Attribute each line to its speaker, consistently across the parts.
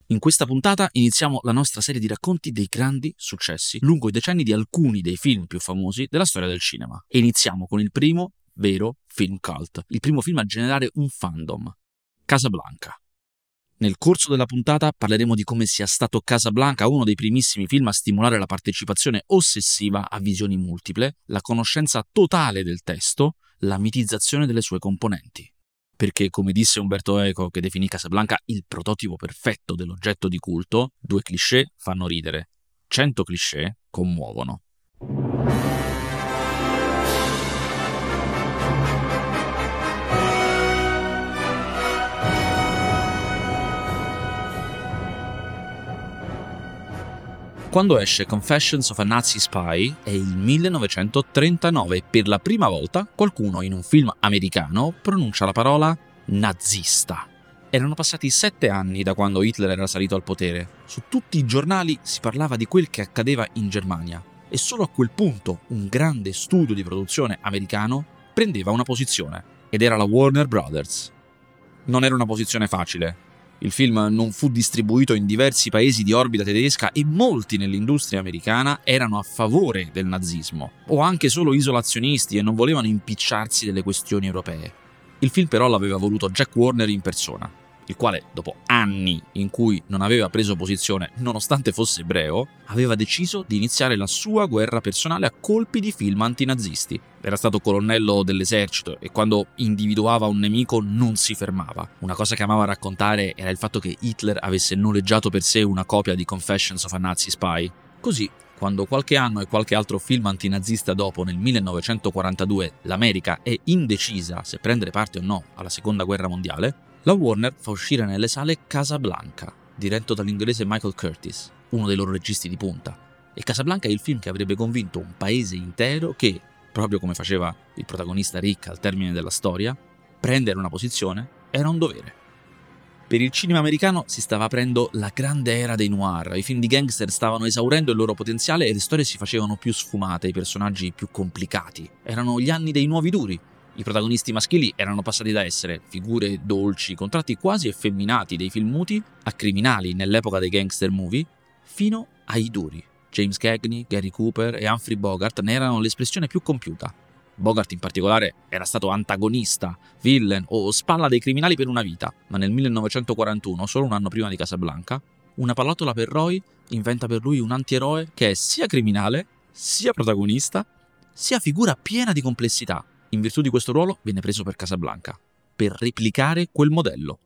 Speaker 1: In questa puntata iniziamo la nostra serie di racconti dei grandi successi lungo i decenni di alcuni dei film più famosi della storia del cinema. E iniziamo con il primo vero film cult, il primo film a generare un fandom, Casablanca. Nel corso della puntata parleremo di come sia stato Casablanca uno dei primissimi film a stimolare la partecipazione ossessiva a visioni multiple, la conoscenza totale del testo, la mitizzazione delle sue componenti. Perché, come disse Umberto Eco, che definì Casablanca il prototipo perfetto dell'oggetto di culto, 2 cliché fanno ridere, 100 cliché commuovono. Quando esce Confessions of a Nazi Spy è il 1939 e per la prima volta qualcuno in un film americano pronuncia la parola nazista. Erano passati 7 anni da quando Hitler era salito al potere. Su tutti i giornali si parlava di quel che accadeva in Germania e solo a quel punto un grande studio di produzione americano prendeva una posizione ed era la Warner Brothers. Non era una posizione facile. Il film non fu distribuito in diversi paesi di orbita tedesca e molti nell'industria americana erano a favore del nazismo, o anche solo isolazionisti e non volevano impicciarsi delle questioni europee. Il film però l'aveva voluto Jack Warner in persona, il quale, dopo anni in cui non aveva preso posizione nonostante fosse ebreo, aveva deciso di iniziare la sua guerra personale a colpi di film antinazisti. Era stato colonnello dell'esercito e quando individuava un nemico non si fermava. Una cosa che amava raccontare era il fatto che Hitler avesse noleggiato per sé una copia di Confessions of a Nazi Spy. Così, quando qualche anno e qualche altro film antinazista dopo, nel 1942, l'America è indecisa se prendere parte o no alla Seconda Guerra Mondiale, la Warner fa uscire nelle sale Casablanca, diretto dall'inglese Michael Curtis, uno dei loro registi di punta. E Casablanca è il film che avrebbe convinto un paese intero che, proprio come faceva il protagonista Rick al termine della storia, prendere una posizione era un dovere. Per il cinema americano si stava aprendo la grande era dei noir, i film di gangster stavano esaurendo il loro potenziale e le storie si facevano più sfumate, i personaggi più complicati. Erano gli anni dei nuovi duri. I protagonisti maschili erano passati da essere figure dolci, con tratti quasi effeminati dei film muti, a criminali nell'epoca dei gangster movie, fino ai duri. James Cagney, Gary Cooper e Humphrey Bogart ne erano l'espressione più compiuta. Bogart in particolare era stato antagonista, villain o spalla dei criminali per una vita, ma nel 1941, solo un anno prima di Casablanca, una pallottola per Roy inventa per lui un antieroe che è sia criminale, sia protagonista, sia figura piena di complessità. In virtù di questo ruolo viene preso per Casablanca, per replicare quel modello.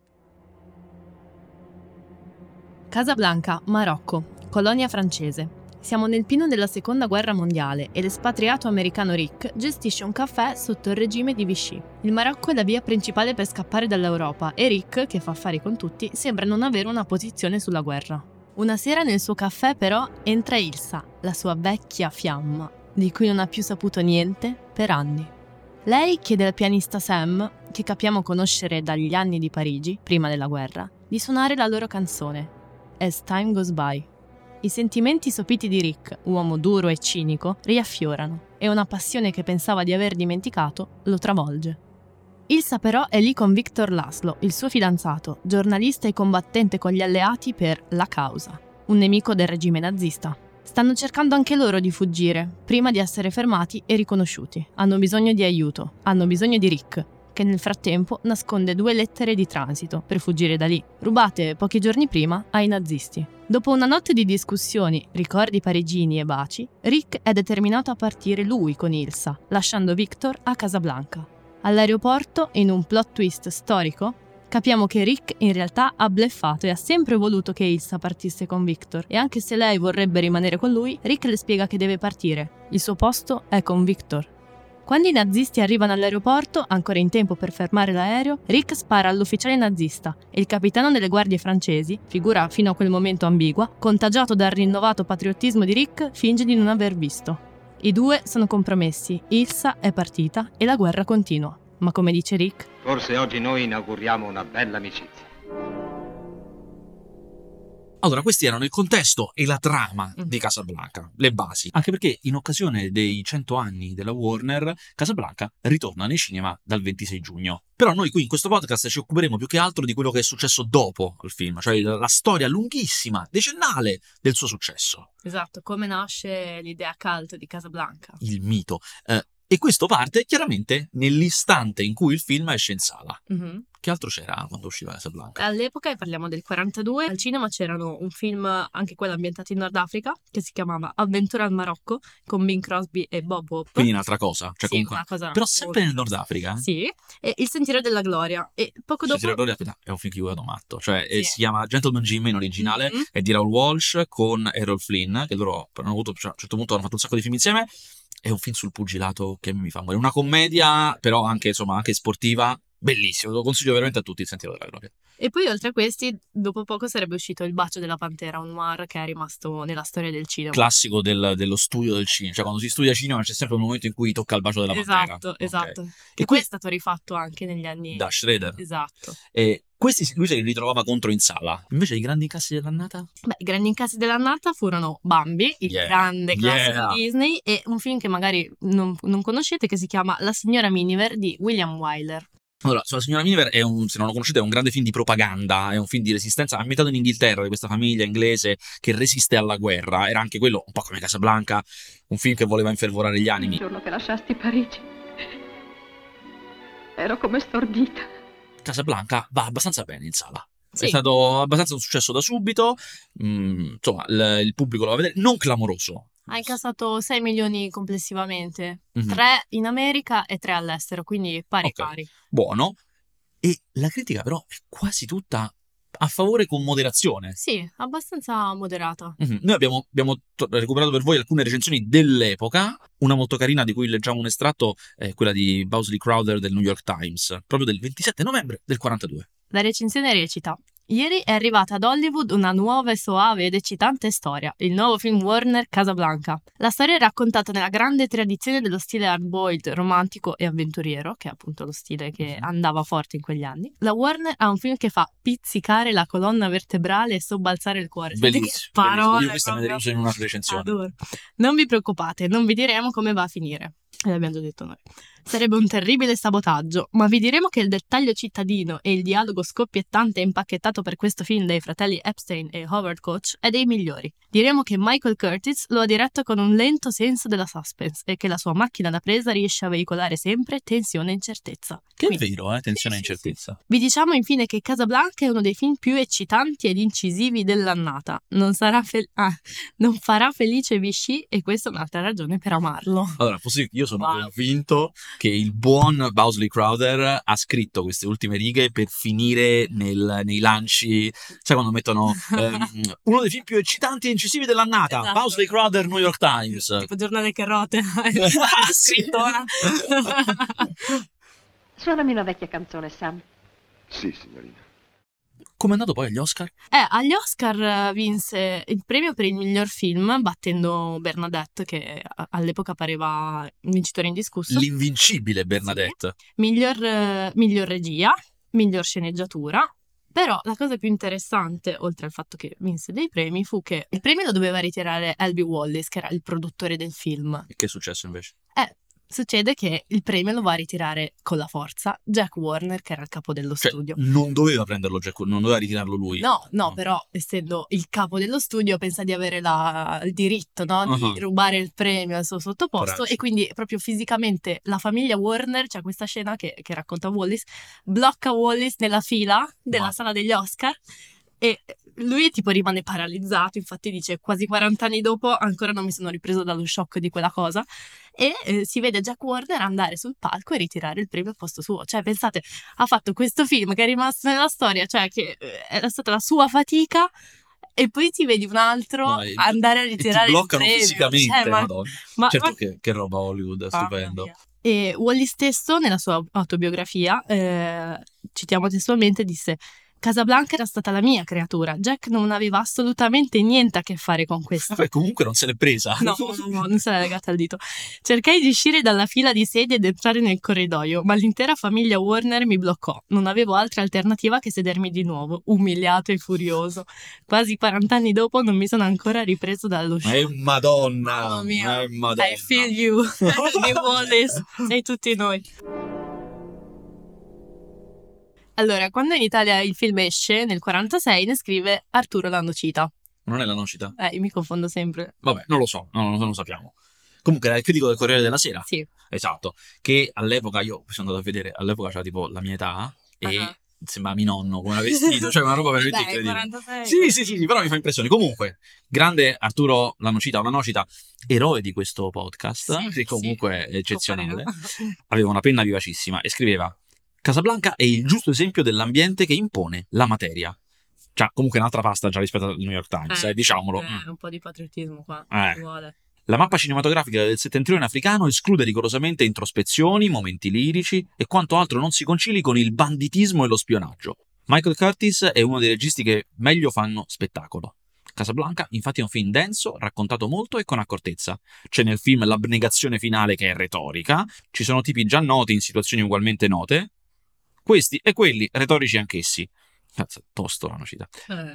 Speaker 2: Casablanca, Marocco, colonia francese. Siamo nel pieno della Seconda Guerra Mondiale e l'espatriato americano Rick gestisce un caffè sotto il regime di Vichy. Il Marocco è la via principale per scappare dall'Europa e Rick, che fa affari con tutti, sembra non avere una posizione sulla guerra. Una sera nel suo caffè però entra Ilsa, la sua vecchia fiamma, di cui non ha più saputo niente per anni. Lei chiede al pianista Sam, che capiamo conoscere dagli anni di Parigi, prima della guerra, di suonare la loro canzone, As Time Goes By. I sentimenti sopiti di Rick, uomo duro e cinico, riaffiorano e una passione che pensava di aver dimenticato lo travolge. Ilsa però è lì con Victor Laszlo, il suo fidanzato, giornalista e combattente con gli alleati per La Causa, un nemico del regime nazista. Stanno cercando anche loro di fuggire, prima di essere fermati e riconosciuti. Hanno bisogno di aiuto, hanno bisogno di Rick, che nel frattempo nasconde 2 lettere di transito per fuggire da lì, rubate pochi giorni prima ai nazisti. Dopo una notte di discussioni, ricordi parigini e baci, Rick è determinato a partire lui con Ilsa, lasciando Victor a Casablanca. All'aeroporto, in un plot twist storico, capiamo che Rick in realtà ha bleffato e ha sempre voluto che Ilsa partisse con Victor, e anche se lei vorrebbe rimanere con lui, Rick le spiega che deve partire. Il suo posto è con Victor. Quando i nazisti arrivano all'aeroporto, ancora in tempo per fermare l'aereo, Rick spara all'ufficiale nazista e il capitano delle guardie francesi, figura fino a quel momento ambigua, contagiato dal rinnovato patriottismo di Rick, finge di non aver visto. I 2 sono compromessi, Ilsa è partita e la guerra continua. Ma come dice Rick,
Speaker 3: forse oggi noi inauguriamo una bella amicizia.
Speaker 1: Allora, questi erano il contesto e la trama di Casablanca, le basi. Anche perché in occasione dei 100 anni della Warner, Casablanca ritorna nei cinema dal 26 giugno. Però noi qui in questo podcast ci occuperemo più che altro di quello che è successo dopo il film, cioè la storia lunghissima, decennale del suo successo.
Speaker 2: Esatto, come nasce l'idea cult di Casablanca.
Speaker 1: Il mito. E questo parte chiaramente nell'istante in cui il film esce in sala. Che altro c'era quando usciva Casablanca?
Speaker 2: All'epoca, e parliamo del 42, al cinema c'erano un film, anche quello ambientato in Nord Africa, che si chiamava Avventura al Marocco, con Bing Crosby e Bob Hope.
Speaker 1: Quindi un'altra cosa. Cioè
Speaker 2: Sì,
Speaker 1: comunque...
Speaker 2: una cosa
Speaker 1: Però sempre nel Nord Africa.
Speaker 2: Sì, e Il Sentiero della Gloria. E poco dopo...
Speaker 1: Il Sentiero della Gloria è un film che io vado matto. Cioè
Speaker 2: Sì.
Speaker 1: si chiama Gentleman Jim in originale, è di Raoul Walsh con Errol Flynn, che loro hanno avuto, cioè, a un certo punto hanno fatto un sacco di film insieme. È un film sul pugilato che mi fa morire. Una commedia, però anche, insomma, anche sportiva. Bellissimo, lo consiglio veramente a tutti, Il Sentiero della Gloria.
Speaker 2: E poi oltre a questi, dopo poco sarebbe uscito Il bacio della pantera, un noir che è rimasto nella storia del cinema.
Speaker 1: Classico dello studio del cinema, cioè quando si studia cinema c'è sempre un momento in cui tocca il bacio della pantera.
Speaker 2: Esatto.
Speaker 1: Okay.
Speaker 2: E poi è stato rifatto anche negli anni...
Speaker 1: Da Schrader.
Speaker 2: Esatto.
Speaker 1: E questi lui se li ritrovava contro in sala. Invece i grandi incassi dell'annata?
Speaker 2: Beh, i grandi incassi dell'annata furono Bambi, il grande classico Disney, e un film che magari non conoscete che si chiama La signora Miniver di William Wyler.
Speaker 1: Allora, sulla signora Miniver se non lo conoscete, è un grande film di propaganda, è un film di resistenza ambientato in Inghilterra, di questa famiglia inglese che resiste alla guerra. Era anche quello, un po' come Casablanca, un film che voleva infervorare gli animi.
Speaker 3: Il giorno che lasciasti Parigi ero come stordita.
Speaker 1: Casablanca va abbastanza bene in sala.
Speaker 2: Sì.
Speaker 1: È stato abbastanza un successo da subito, insomma, il pubblico lo va a vedere, non clamoroso.
Speaker 2: Ha incassato 6 milioni complessivamente, 3
Speaker 1: Mhm.
Speaker 2: in America e 3 all'estero, quindi pari.
Speaker 1: Buono. E la critica però è quasi tutta a favore con moderazione.
Speaker 2: Sì, abbastanza moderata.
Speaker 1: Noi abbiamo recuperato per voi alcune recensioni dell'epoca. Una molto carina di cui leggiamo un estratto è quella di Bosley Crowther del New York Times, proprio del 27 novembre del 42.
Speaker 2: La recensione recita: ieri è arrivata ad Hollywood una nuova e soave ed eccitante storia, il nuovo film Warner Casablanca. La storia è raccontata nella grande tradizione dello stile hard-boiled, romantico e avventuriero, che è appunto lo stile che andava forte in quegli anni. La Warner ha un film che fa pizzicare la colonna vertebrale e sobbalzare il cuore.
Speaker 1: Bellissimo.
Speaker 2: Parole,
Speaker 1: Io questa me la uso in una recensione.
Speaker 2: Adoro. Non vi preoccupate, non vi diremo come va a finire. L'abbiamo già detto noi. Sarebbe un terribile sabotaggio, ma vi diremo che il dettaglio cittadino e il dialogo scoppiettante e impacchettato per questo film dai fratelli Epstein e Howard Koch è dei migliori. Diremo che Michael Curtiz lo ha diretto con un lento senso della suspense e che la sua macchina da presa riesce a veicolare sempre tensione e incertezza.
Speaker 1: Che
Speaker 2: Quindi,
Speaker 1: è vero, tensione e
Speaker 2: sì,
Speaker 1: incertezza.
Speaker 2: vi diciamo infine che Casablanca è uno dei film più eccitanti ed incisivi dell'annata. Non farà felice Vichy e questa è un'altra ragione per amarlo.
Speaker 1: Allora, io sono convinto che il buon Bosley Crowther ha scritto queste ultime righe per finire nei lanci, sai quando mettono uno dei film più eccitanti e incisivi dell'annata,
Speaker 2: Esatto.
Speaker 1: Bosley Crowther, New York Times.
Speaker 2: Tipo giornale che rotela.
Speaker 1: Sì.
Speaker 3: Suonami una vecchia canzone, Sam.
Speaker 4: Sì, signorina.
Speaker 1: Come è andato poi agli Oscar?
Speaker 2: Agli Oscar vinse il premio per il miglior film, battendo Bernadette, che all'epoca pareva vincitore indiscusso.
Speaker 1: L'invincibile Bernadette.
Speaker 2: Sì. Miglior regia, miglior sceneggiatura. Però la cosa più interessante, oltre al fatto che vinse dei premi, fu che il premio lo doveva ritirare Albee Wallis, che era il produttore del film.
Speaker 1: E che è successo invece?
Speaker 2: Succede che il premio lo va a ritirare con la forza Jack Warner, che era il capo dello studio.
Speaker 1: Non doveva prenderlo Jack, non doveva ritirarlo lui.
Speaker 2: No, però essendo il capo dello studio pensa di avere il diritto, no? Di rubare il premio al suo sottoposto.
Speaker 1: Coraggio.
Speaker 2: E quindi proprio fisicamente la famiglia Warner, c'è questa scena che racconta Wallis, blocca Wallis nella fila della sala degli Oscar e lui tipo rimane paralizzato. Infatti dice: quasi 40 anni dopo ancora non mi sono ripreso dallo shock di quella cosa. E si vede Jack Warner andare sul palco e ritirare il premio al posto suo. Cioè pensate, ha fatto questo film che è rimasto nella storia, cioè che era stata la sua fatica, e poi ti vedi un altro andare a ritirare il
Speaker 1: bloccano
Speaker 2: premio.
Speaker 1: fisicamente, Madonna. Certo
Speaker 2: ma...
Speaker 1: che roba Hollywood, è stupendo.
Speaker 2: E Wallis stesso nella sua autobiografia, citiamo testualmente, disse: Casablanca era stata la mia creatura. Jack non aveva assolutamente niente a che fare con questo.
Speaker 1: Vabbè, comunque non se l'è presa.
Speaker 2: No, non se l'è legata al dito. Cercai di uscire dalla fila di sedie ed entrare nel corridoio, ma l'intera famiglia Warner mi bloccò. Non avevo altra alternativa che sedermi di nuovo, umiliato e furioso. Quasi 40 anni dopo non mi sono ancora ripreso dallo show.
Speaker 1: Madonna!
Speaker 2: Mamma mia.
Speaker 1: Madonna!
Speaker 2: I feel you. Di Wallace. Sei tutti noi. Allora, quando in Italia il film esce, nel 46 ne scrive Arturo Landocita.
Speaker 1: Non è la nocita?
Speaker 2: Io mi confondo sempre.
Speaker 1: Vabbè, non lo so, non lo sappiamo. Comunque era il critico del Corriere della Sera.
Speaker 2: Sì.
Speaker 1: Esatto. Che all'epoca, io sono andato a vedere, all'epoca c'era tipo la mia età e sembrava mio nonno come era vestito, cioè una roba veramente incredibile. 46. Sì, però mi fa impressione. Comunque, grande Arturo Lanocita o la Nocita, eroe di questo podcast, che comunque è eccezionale, aveva una penna vivacissima e scriveva: Casablanca è il giusto esempio dell'ambiente che impone la materia. Cioè, comunque un'altra pasta già rispetto al New York Times, diciamolo.
Speaker 2: Un po' di patriottismo qua. Vuole.
Speaker 1: La mappa cinematografica del settentrione africano esclude rigorosamente introspezioni, momenti lirici e quanto altro non si concili con il banditismo e lo spionaggio. Michael Curtis è uno dei registi che meglio fanno spettacolo. Casablanca, infatti, è un film denso, raccontato molto e con accortezza. C'è nel film l'abnegazione finale che è retorica, ci sono tipi già noti in situazioni ugualmente note, questi e quelli retorici anch'essi. Cazzo, tosto la nocita.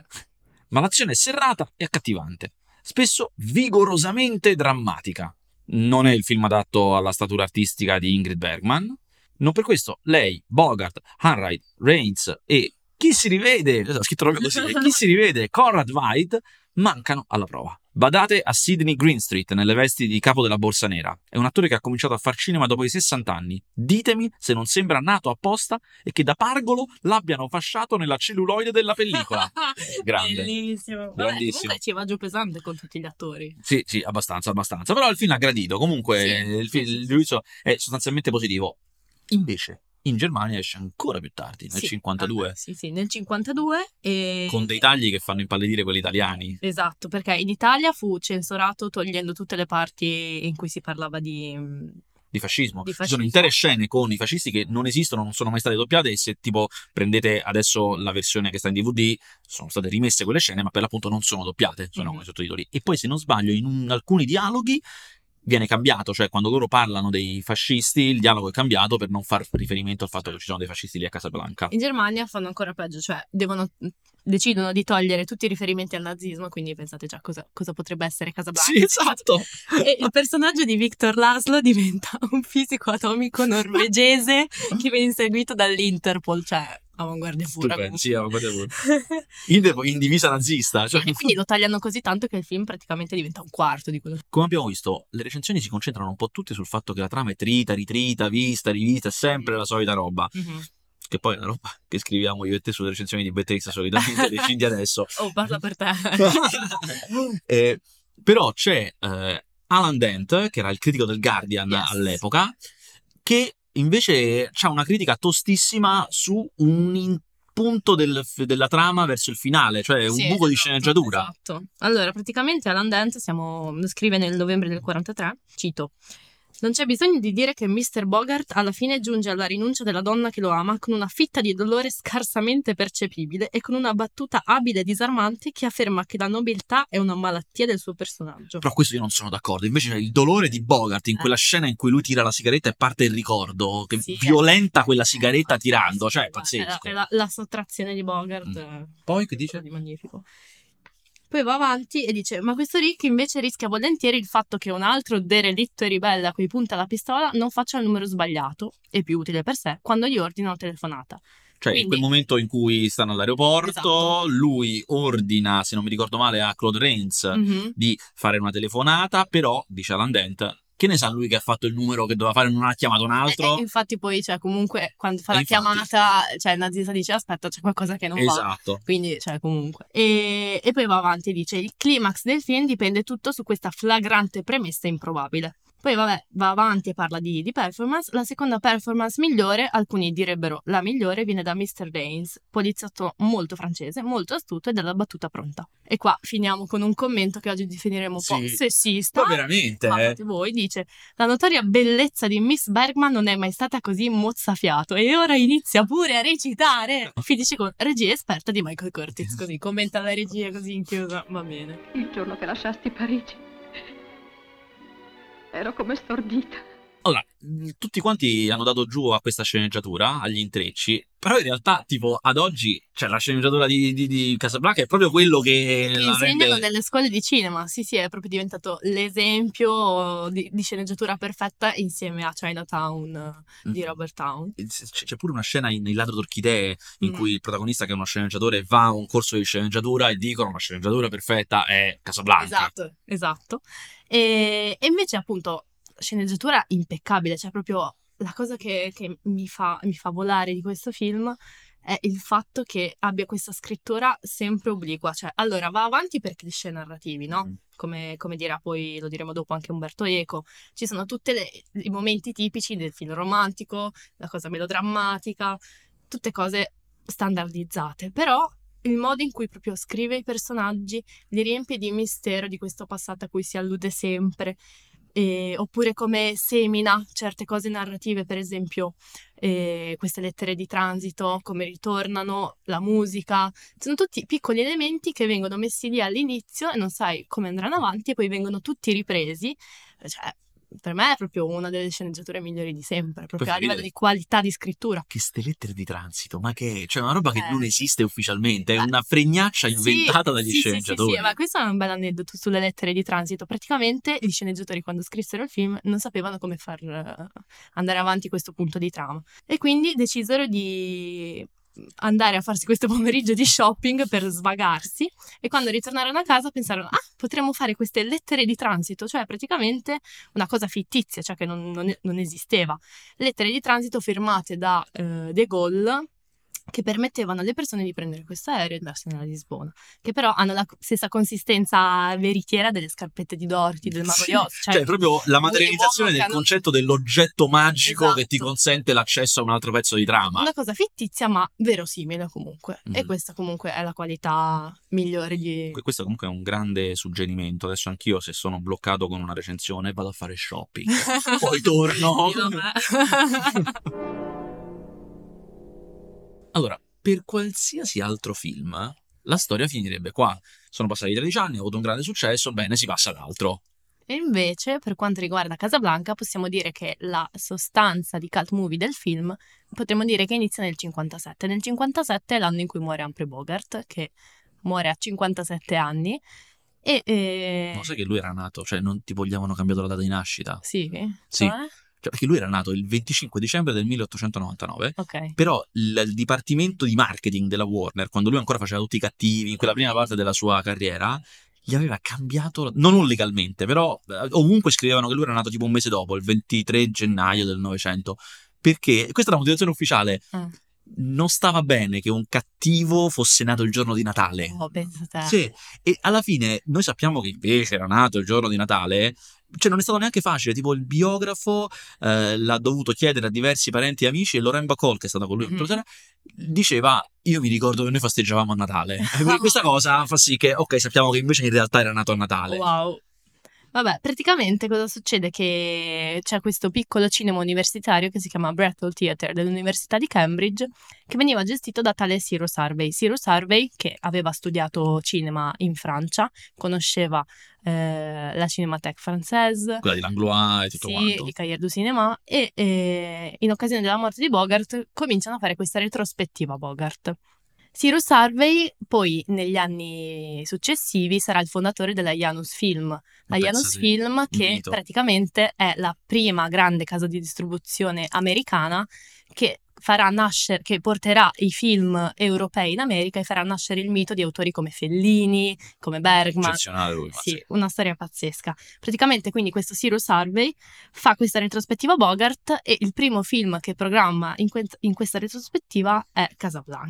Speaker 1: Ma l'azione è serrata e accattivante, spesso vigorosamente drammatica. Non è il film adatto alla statura artistica di Ingrid Bergman. Non per questo lei, Bogart, Hanraid, Rains e chi si rivede, ho scritto proprio così, chi si rivede, Conrad Veidt, mancano alla prova. Badate a Sydney Greenstreet nelle vesti di capo della Borsa Nera. È un attore che ha cominciato a far cinema dopo i 60 anni. Ditemi se non sembra nato apposta e che da pargolo l'abbiano fasciato nella celluloide della pellicola. Grande.
Speaker 2: Bellissimo.
Speaker 1: Grandissimo.
Speaker 2: Comunque ci va giù pesante con tutti gli attori.
Speaker 1: Sì, abbastanza. Però il film ha gradito. Comunque il giudizio è sostanzialmente positivo. Invece in Germania esce ancora più tardi, nel 52.
Speaker 2: Sì, nel 52.
Speaker 1: Con dei tagli che fanno impallidire quelli italiani.
Speaker 2: Esatto, perché in Italia fu censurato togliendo tutte le parti in cui si parlava di
Speaker 1: fascismo. Ci sono intere scene con i fascisti che non esistono, non sono mai state doppiate, e se tipo prendete adesso la versione che sta in DVD, sono state rimesse quelle scene, ma per l'appunto non sono doppiate, sono con i sottotitoli. E poi, se non sbaglio, in alcuni dialoghi viene cambiato, cioè quando loro parlano dei fascisti il dialogo è cambiato per non far riferimento al fatto che ci sono dei fascisti lì a Casablanca.
Speaker 2: In Germania fanno ancora peggio, cioè decidono di togliere tutti i riferimenti al nazismo, quindi pensate già cosa potrebbe essere Casablanca.
Speaker 1: Sì, esatto.
Speaker 2: E il personaggio di Victor Laszlo diventa un fisico atomico norvegese che viene inseguito dall'Interpol, cioè avanguardia pura.
Speaker 1: Stupendo, sì, avanguardia pura. In divisa nazista. Cioè.
Speaker 2: E quindi lo tagliano così tanto che il film praticamente diventa un quarto di quello.
Speaker 1: Come abbiamo visto, le recensioni si concentrano un po' tutte sul fatto che la trama è trita, ritrita, vista, rivista, è sempre la solita roba. Mm-hmm. Che poi è una roba che scriviamo io e te sulle recensioni di Beatrix solitamente, decidi adesso.
Speaker 2: Parla per te.
Speaker 1: Però c'è Alan Dent, che era il critico del Guardian all'epoca, che invece c'ha una critica tostissima su un punto della trama verso il finale, cioè un buco di sceneggiatura.
Speaker 2: Esatto. Allora, praticamente Alan Dent lo scrive nel novembre del 43, cito: non c'è bisogno di dire che Mr. Bogart alla fine giunge alla rinuncia della donna che lo ama con una fitta di dolore scarsamente percepibile e con una battuta abile e disarmante che afferma che la nobiltà è una malattia del suo personaggio.
Speaker 1: Però questo io non sono d'accordo. Invece il dolore di Bogart in quella scena in cui lui tira la sigaretta e parte il ricordo, che violenta quella sigaretta tirando, cioè è pazzesco.
Speaker 2: È la sottrazione di Bogart.
Speaker 1: Poi che dice?
Speaker 2: Di magnifico. Poi va avanti e dice: ma questo Rick invece rischia volentieri il fatto che un altro derelitto e ribelle a cui punta la pistola non faccia il numero sbagliato e più utile per sé quando gli ordina una telefonata.
Speaker 1: Cioè, in quel momento in cui stanno all'aeroporto, esatto, lui ordina, se non mi ricordo male, a Claude Rains di fare una telefonata, però, dice Alan Dent, che ne sa lui che ha fatto il numero che doveva fare, non ha chiamato un altro?
Speaker 2: Infatti poi, cioè, comunque, quando fa la chiamata, cioè, il nazista dice: aspetta, c'è qualcosa che non va.
Speaker 1: Esatto.
Speaker 2: Quindi, cioè, comunque. E poi va avanti e dice: il climax del film dipende tutto su questa flagrante premessa improbabile. Poi vabbè, va avanti e parla di performance. La seconda performance migliore, alcuni direbbero la migliore, viene da Mr. Daines, poliziotto molto francese, molto astuto e dalla battuta pronta. E qua finiamo con un commento che oggi definiremo un po' sessista.
Speaker 1: Ma veramente?
Speaker 2: Ma fate voi, dice: la notoria bellezza di Miss Bergman non è mai stata così mozzafiato e ora inizia pure a recitare. Finisce con regia esperta di Michael Curtiz, così commenta la regia così in chiusa, va bene.
Speaker 3: Il giorno che lasciasti Parigi ero come stordita.
Speaker 1: Allora, tutti quanti hanno dato giù a questa sceneggiatura, agli intrecci, però in realtà, tipo, ad oggi, cioè la sceneggiatura di Casablanca è proprio quello che la
Speaker 2: insegnano
Speaker 1: rende...
Speaker 2: nelle scuole di cinema, sì, è proprio diventato l'esempio di sceneggiatura perfetta insieme a Chinatown di Robert Town.
Speaker 1: C'è pure una scena in Il ladro d'orchidee in cui il protagonista, che è uno sceneggiatore, va a un corso di sceneggiatura e dicono la sceneggiatura perfetta è Casablanca.
Speaker 2: Esatto. E invece appunto sceneggiatura impeccabile, cioè proprio la cosa che mi fa volare di questo film è il fatto che abbia questa scrittura sempre obliqua, cioè allora va avanti per cliché narrativi, no? Come dirà poi, lo diremo dopo anche Umberto Eco, ci sono tutti i momenti tipici del film romantico, la cosa melodrammatica, tutte cose standardizzate, però il modo in cui proprio scrive i personaggi li riempie di mistero, di questo passato a cui si allude sempre, oppure come semina certe cose narrative, per esempio queste lettere di transito, come ritornano, la musica, sono tutti piccoli elementi che vengono messi lì all'inizio e non sai come andranno avanti e poi vengono tutti ripresi, cioè per me è proprio una delle sceneggiature migliori di sempre, proprio a livello di qualità di scrittura.
Speaker 1: Che ste lettere di transito, ma che è? Cioè una roba che non esiste ufficialmente, è una fregnaccia inventata dagli sceneggiatori.
Speaker 2: Sì, ma questo è un bel aneddoto sulle lettere di transito. Praticamente gli sceneggiatori, quando scrissero il film, non sapevano come far andare avanti questo punto di trama e quindi decisero di andare a farsi questo pomeriggio di shopping per svagarsi, e quando ritornarono a casa pensarono potremmo fare queste lettere di transito, cioè praticamente una cosa fittizia, cioè che non esisteva, lettere di transito firmate da De Gaulle, che permettevano alle persone di prendere questo aereo e andarsene a Lisbona, che però hanno la stessa consistenza veritiera delle scarpette di Dorothy, del mago di Oz,
Speaker 1: cioè proprio la materializzazione del concetto dell'oggetto magico che ti consente l'accesso a un altro pezzo di trama.
Speaker 2: Una cosa fittizia ma verosimile comunque, e questa comunque è la qualità migliore di...
Speaker 1: Questo comunque è un grande suggerimento. Adesso anch'io, se sono bloccato con una recensione, vado a fare shopping, poi torno. Allora, per qualsiasi altro film, la storia finirebbe qua. Sono passati 13 anni, ha avuto un grande successo, bene, si passa ad altro.
Speaker 2: E invece, per quanto riguarda Casablanca, possiamo dire che la sostanza di cult movie del film, potremmo dire che inizia nel 57. Nel 57 è l'anno in cui muore Humphrey Bogart, che muore a 57 anni.
Speaker 1: Ma sai che lui era nato? Cioè, non ti vogliavano cambiato la data di nascita?
Speaker 2: Sì?
Speaker 1: Sì. Cioè, perché lui era nato il 25 dicembre del 1899, però il dipartimento di marketing della Warner, quando lui ancora faceva tutti i cattivi, in quella prima parte della sua carriera, gli aveva cambiato, non legalmente, però ovunque scrivevano che lui era nato tipo un mese dopo, il 23 gennaio del 900, perché, questa è la motivazione ufficiale, non stava bene che un cattivo fosse nato il giorno di Natale.
Speaker 2: Pensate.
Speaker 1: Sì, e alla fine noi sappiamo che invece era nato il giorno di Natale. Cioè non è stato neanche facile, tipo il biografo l'ha dovuto chiedere a diversi parenti e amici, e Lauren Bacall, che è stata con lui, diceva: io mi ricordo che noi festeggiavamo a Natale. E questa cosa fa sì che, ok, sappiamo che invece in realtà era nato a Natale.
Speaker 2: Wow. Vabbè, praticamente cosa succede? Che c'è questo piccolo cinema universitario che si chiama Brethall Theatre dell'Università di Cambridge, che veniva gestito da tale Cyrus Harvey. Cyrus Harvey, che aveva studiato cinema in Francia, conosceva la Cinémathèque Française,
Speaker 1: quella di Langlois e tutto quanto.
Speaker 2: I Cahiers du Cinéma, e in occasione della morte di Bogart cominciano a fare questa retrospettiva Bogart. Cyrus Harvey poi negli anni successivi sarà il fondatore della Janus Film. La Janus Film, che praticamente è la prima grande casa di distribuzione americana che farà nascere, che porterà i film europei in America e farà nascere il mito di autori come Fellini, come Bergman.
Speaker 1: Eccezionale lui.
Speaker 2: Sì, una storia pazzesca. Praticamente quindi questo Cyrus Harvey fa questa retrospettiva Bogart, e il primo film che programma in questa retrospettiva è Casablanca.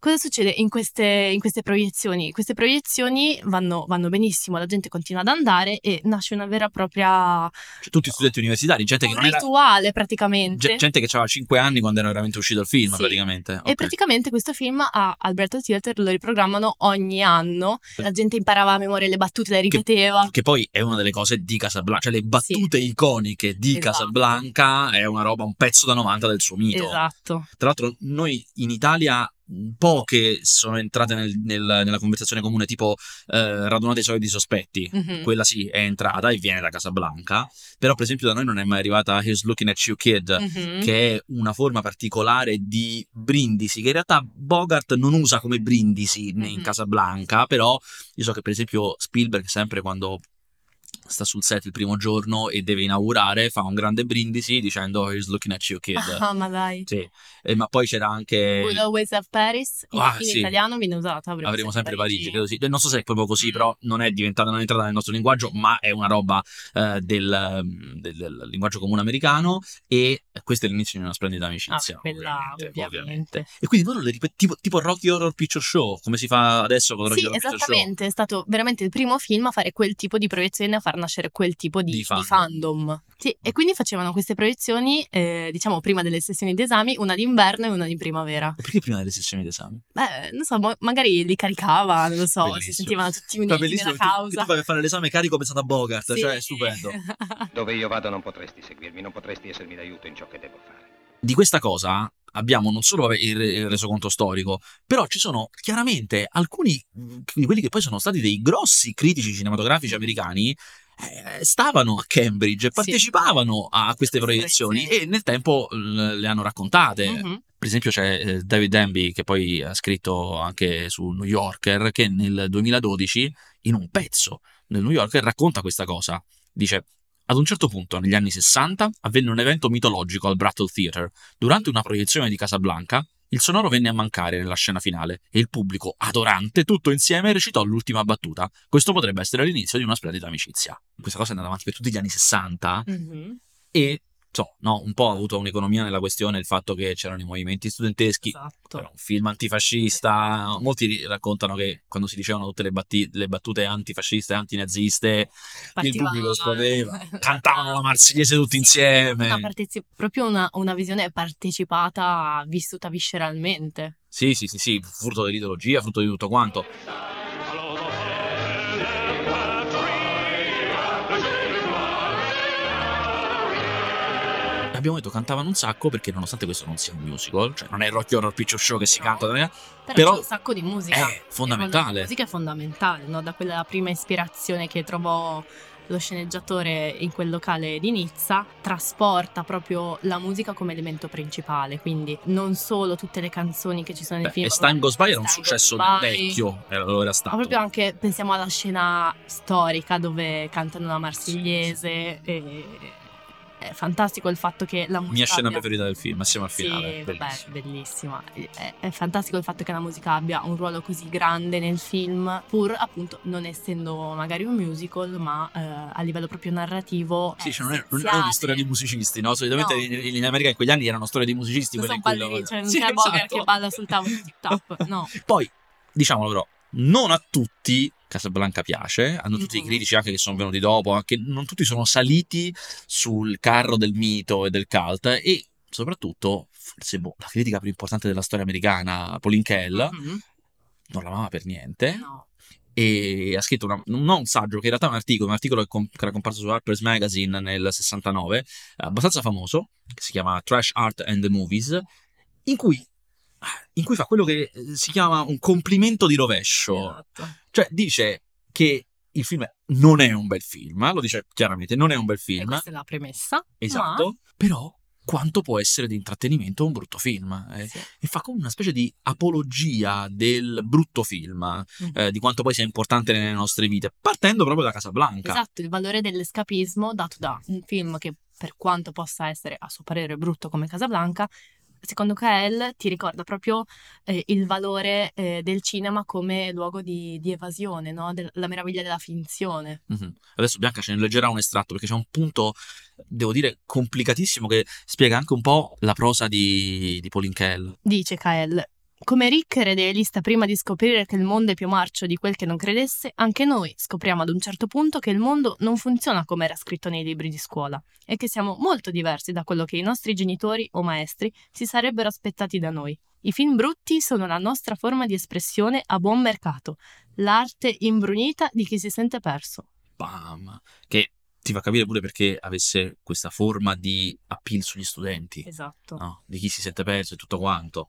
Speaker 2: Cosa succede in queste proiezioni? Queste proiezioni vanno benissimo, la gente continua ad andare e nasce una vera e propria
Speaker 1: Cioè, tutti studenti universitari, gente che
Speaker 2: un
Speaker 1: non era...
Speaker 2: rituale praticamente.
Speaker 1: Gente che aveva 5 anni quando era veramente uscito il film,
Speaker 2: Sì.
Speaker 1: praticamente.
Speaker 2: E
Speaker 1: Ok.
Speaker 2: praticamente questo film a Alberto Theater lo riprogrammano ogni anno. La gente imparava a memoria le battute, le ripeteva.
Speaker 1: Che poi è una delle cose di Casablanca, cioè le battute iconiche di
Speaker 2: Esatto.
Speaker 1: Casablanca è una roba, un pezzo da 90 del suo mito.
Speaker 2: Esatto.
Speaker 1: Tra l'altro noi in Italia poche sono entrate nella conversazione comune, tipo Radunate i soliti sospetti.
Speaker 2: Mhm.
Speaker 1: Quella sì è entrata e viene da Casablanca, però per esempio da noi non è mai arrivata Here's Looking at You Kid,
Speaker 2: Mhm.
Speaker 1: che è una forma particolare di brindisi che in realtà Bogart non usa come brindisi in
Speaker 2: Mhm.
Speaker 1: Casablanca, però io so che per esempio Spielberg sempre quando sta sul set il primo giorno e deve inaugurare fa un grande brindisi dicendo Here's Looking at You Kid.
Speaker 2: Ah, ma dai.
Speaker 1: Sì. Ma poi c'era anche
Speaker 2: We'll always have Paris. In
Speaker 1: sì.
Speaker 2: italiano viene usata.
Speaker 1: Avremo sempre Parigi, credo sì. Non so se è proprio così,
Speaker 2: Mm.
Speaker 1: però non è entrata nel nostro linguaggio, ma è una roba del linguaggio comune americano, e questo è l'inizio di una splendida amicizia.
Speaker 2: Quella ovviamente.
Speaker 1: E quindi loro tipo Rocky Horror Picture Show, come si fa adesso con Rocky
Speaker 2: Sì,
Speaker 1: Horror Picture Show.
Speaker 2: esattamente, è stato veramente il primo film a fare quel tipo di proiezione, a far nascere quel tipo di fandom. Sì, e quindi facevano queste proiezioni, diciamo, prima delle sessioni d'esami, una d'inverno e una di primavera.
Speaker 1: E perché prima delle sessioni d'esame?
Speaker 2: Non so, magari li caricava, non lo so,
Speaker 1: Bellissimo.
Speaker 2: si sentivano tutti
Speaker 1: Fa
Speaker 2: uniti
Speaker 1: bellissimo
Speaker 2: nella
Speaker 1: che tu
Speaker 2: causa.
Speaker 1: vai a fare l'esame carico pensando a Bogart,
Speaker 2: Sì.
Speaker 1: cioè è stupendo.
Speaker 4: Dove io vado non potresti seguirmi, non potresti essermi d'aiuto in ciò che devo fare.
Speaker 1: Di questa cosa abbiamo non solo il resoconto storico, però ci sono chiaramente alcuni di quelli che poi sono stati dei grossi critici cinematografici americani, stavano a Cambridge e
Speaker 2: Sì.
Speaker 1: partecipavano a queste proiezioni e nel tempo le hanno raccontate.
Speaker 2: Mhm.
Speaker 1: Per esempio c'è David Denby, che poi ha scritto anche su New Yorker, che nel 2012 in un pezzo nel New Yorker racconta questa cosa. Dice: ad un certo punto, negli anni 60, avvenne un evento mitologico al Brattle Theatre. Durante una proiezione di Casablanca, il sonoro venne a mancare nella scena finale e il pubblico, adorante, tutto insieme recitò l'ultima battuta. Questo potrebbe essere l'inizio di una splendida amicizia. Questa cosa è andata avanti per tutti gli anni 60
Speaker 2: Mhm.
Speaker 1: e un po' ha avuto un'economia nella questione il fatto che c'erano i movimenti studenteschi.
Speaker 2: Esatto.
Speaker 1: Era un film antifascista. Molti raccontano che quando si dicevano tutte le battute antifasciste e antinaziste, il pubblico esplodeva, cantavano la Marsigliese tutti insieme.
Speaker 2: Proprio una visione partecipata, vissuta visceralmente.
Speaker 1: Sì, frutto dell'ideologia, frutto di tutto quanto. Abbiamo detto cantavano un sacco perché nonostante questo non sia un musical, cioè non è il Rocky Horror Picture Show che si canta,
Speaker 2: Però c'è un sacco di musica.
Speaker 1: è fondamentale.
Speaker 2: La musica è fondamentale, no? Da quella prima ispirazione che trovò lo sceneggiatore in quel locale di Nizza, trasporta proprio la musica come elemento principale, quindi non solo tutte le canzoni che ci sono nel film.
Speaker 1: E Time Goes By era un
Speaker 2: Time
Speaker 1: successo
Speaker 2: Goes By.
Speaker 1: vecchio, lo era
Speaker 2: Ma
Speaker 1: stato.
Speaker 2: proprio anche, pensiamo alla scena storica dove cantano la Marsigliese. È fantastico il fatto che la musica
Speaker 1: Mia scena
Speaker 2: abbia...
Speaker 1: preferita del film, assieme al finale.
Speaker 2: Sì, vabbè, bellissima. È fantastico il fatto che la musica abbia un ruolo così grande nel film, pur appunto non essendo magari un musical, ma a livello proprio narrativo.
Speaker 1: Sì, cioè non è una storia di musicisti, no? Solitamente in America in quegli anni erano storie di musicisti.
Speaker 2: Non
Speaker 1: quelli
Speaker 2: sono
Speaker 1: in cui
Speaker 2: ballerini, cioè non
Speaker 1: sì,
Speaker 2: c'è Bogart
Speaker 1: esatto.
Speaker 2: che balla sul tavolo tip-top, no.
Speaker 1: Poi, diciamolo però, non a tutti Casablanca piace, hanno tutti i critici anche che sono venuti dopo, anche non tutti sono saliti sul carro del mito e del cult, e soprattutto, forse la critica più importante della storia americana, Pauline Kael, non l'amava per niente.
Speaker 2: No.
Speaker 1: E ha scritto non un saggio, che in realtà è un articolo che era comparso su Harper's Magazine nel 69, abbastanza famoso, che si chiama Trash Art and the Movies, in cui fa quello che si chiama un complimento di rovescio.
Speaker 2: Esatto.
Speaker 1: Cioè dice che il film non è un bel film, lo dice chiaramente, non è un bel
Speaker 2: E
Speaker 1: film.
Speaker 2: questa è la premessa.
Speaker 1: Esatto, però quanto può essere di intrattenimento un brutto film?
Speaker 2: Sì.
Speaker 1: E fa come una specie di apologia del brutto film, di quanto poi sia importante nelle nostre vite, partendo proprio da Casablanca.
Speaker 2: Esatto, il valore dell'escapismo dato da un film che, per quanto possa essere a suo parere brutto come Casablanca, secondo Kael ti ricorda proprio il valore del cinema come luogo di evasione, no? La meraviglia della finzione.
Speaker 1: Adesso Bianca ce ne leggerà un estratto, perché c'è un punto, devo dire, complicatissimo, che spiega anche un po' la prosa di Pauline Kael.
Speaker 2: Dice Kael: Come Rick era idealista prima di scoprire che il mondo è più marcio di quel che non credesse, anche noi scopriamo ad un certo punto che il mondo non funziona come era scritto nei libri di scuola e che siamo molto diversi da quello che i nostri genitori o maestri si sarebbero aspettati da noi. I film brutti sono la nostra forma di espressione a buon mercato, l'arte imbrunita di chi si sente perso.
Speaker 1: Bam! Che ti fa capire pure perché avesse questa forma di appeal sugli studenti,
Speaker 2: Esatto.
Speaker 1: no? Di chi si sente perso e tutto quanto.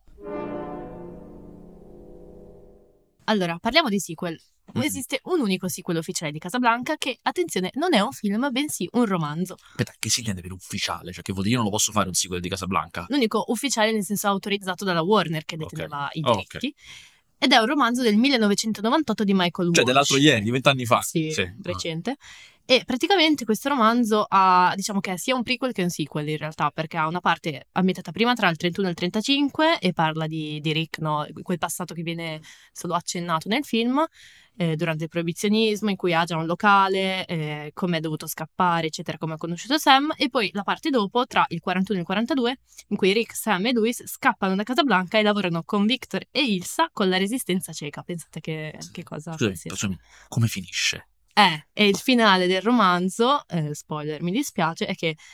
Speaker 2: Allora, parliamo di sequel. Esiste un unico sequel ufficiale di Casablanca che, attenzione, non è un film, bensì un romanzo.
Speaker 1: Aspetta, che si intende per ufficiale? Cioè, che vuol dire io non lo posso fare un sequel di Casablanca?
Speaker 2: L'unico ufficiale nel senso autorizzato dalla Warner che deteneva i
Speaker 1: Ok.
Speaker 2: diritti. Ed è un romanzo del 1998 di Michael Walsh.
Speaker 1: Cioè, dell'altro ieri, 20 anni fa.
Speaker 2: Sì, recente. E praticamente questo romanzo ha, diciamo che è sia un prequel che un sequel in realtà, perché ha una parte ambientata prima tra il 31 e il 35 e parla di Rick, no? Quel passato che viene solo accennato nel film, durante il proibizionismo, in cui ha già un locale, come è dovuto scappare, eccetera, come ha conosciuto Sam, e poi la parte dopo, tra il 41 e il 42, in cui Rick, Sam e Louis scappano da Casablanca e lavorano con Victor e Ilsa con la resistenza ceca. Pensate che cosa
Speaker 1: Scusami, come finisce?
Speaker 2: E il finale del romanzo, spoiler, mi dispiace, è che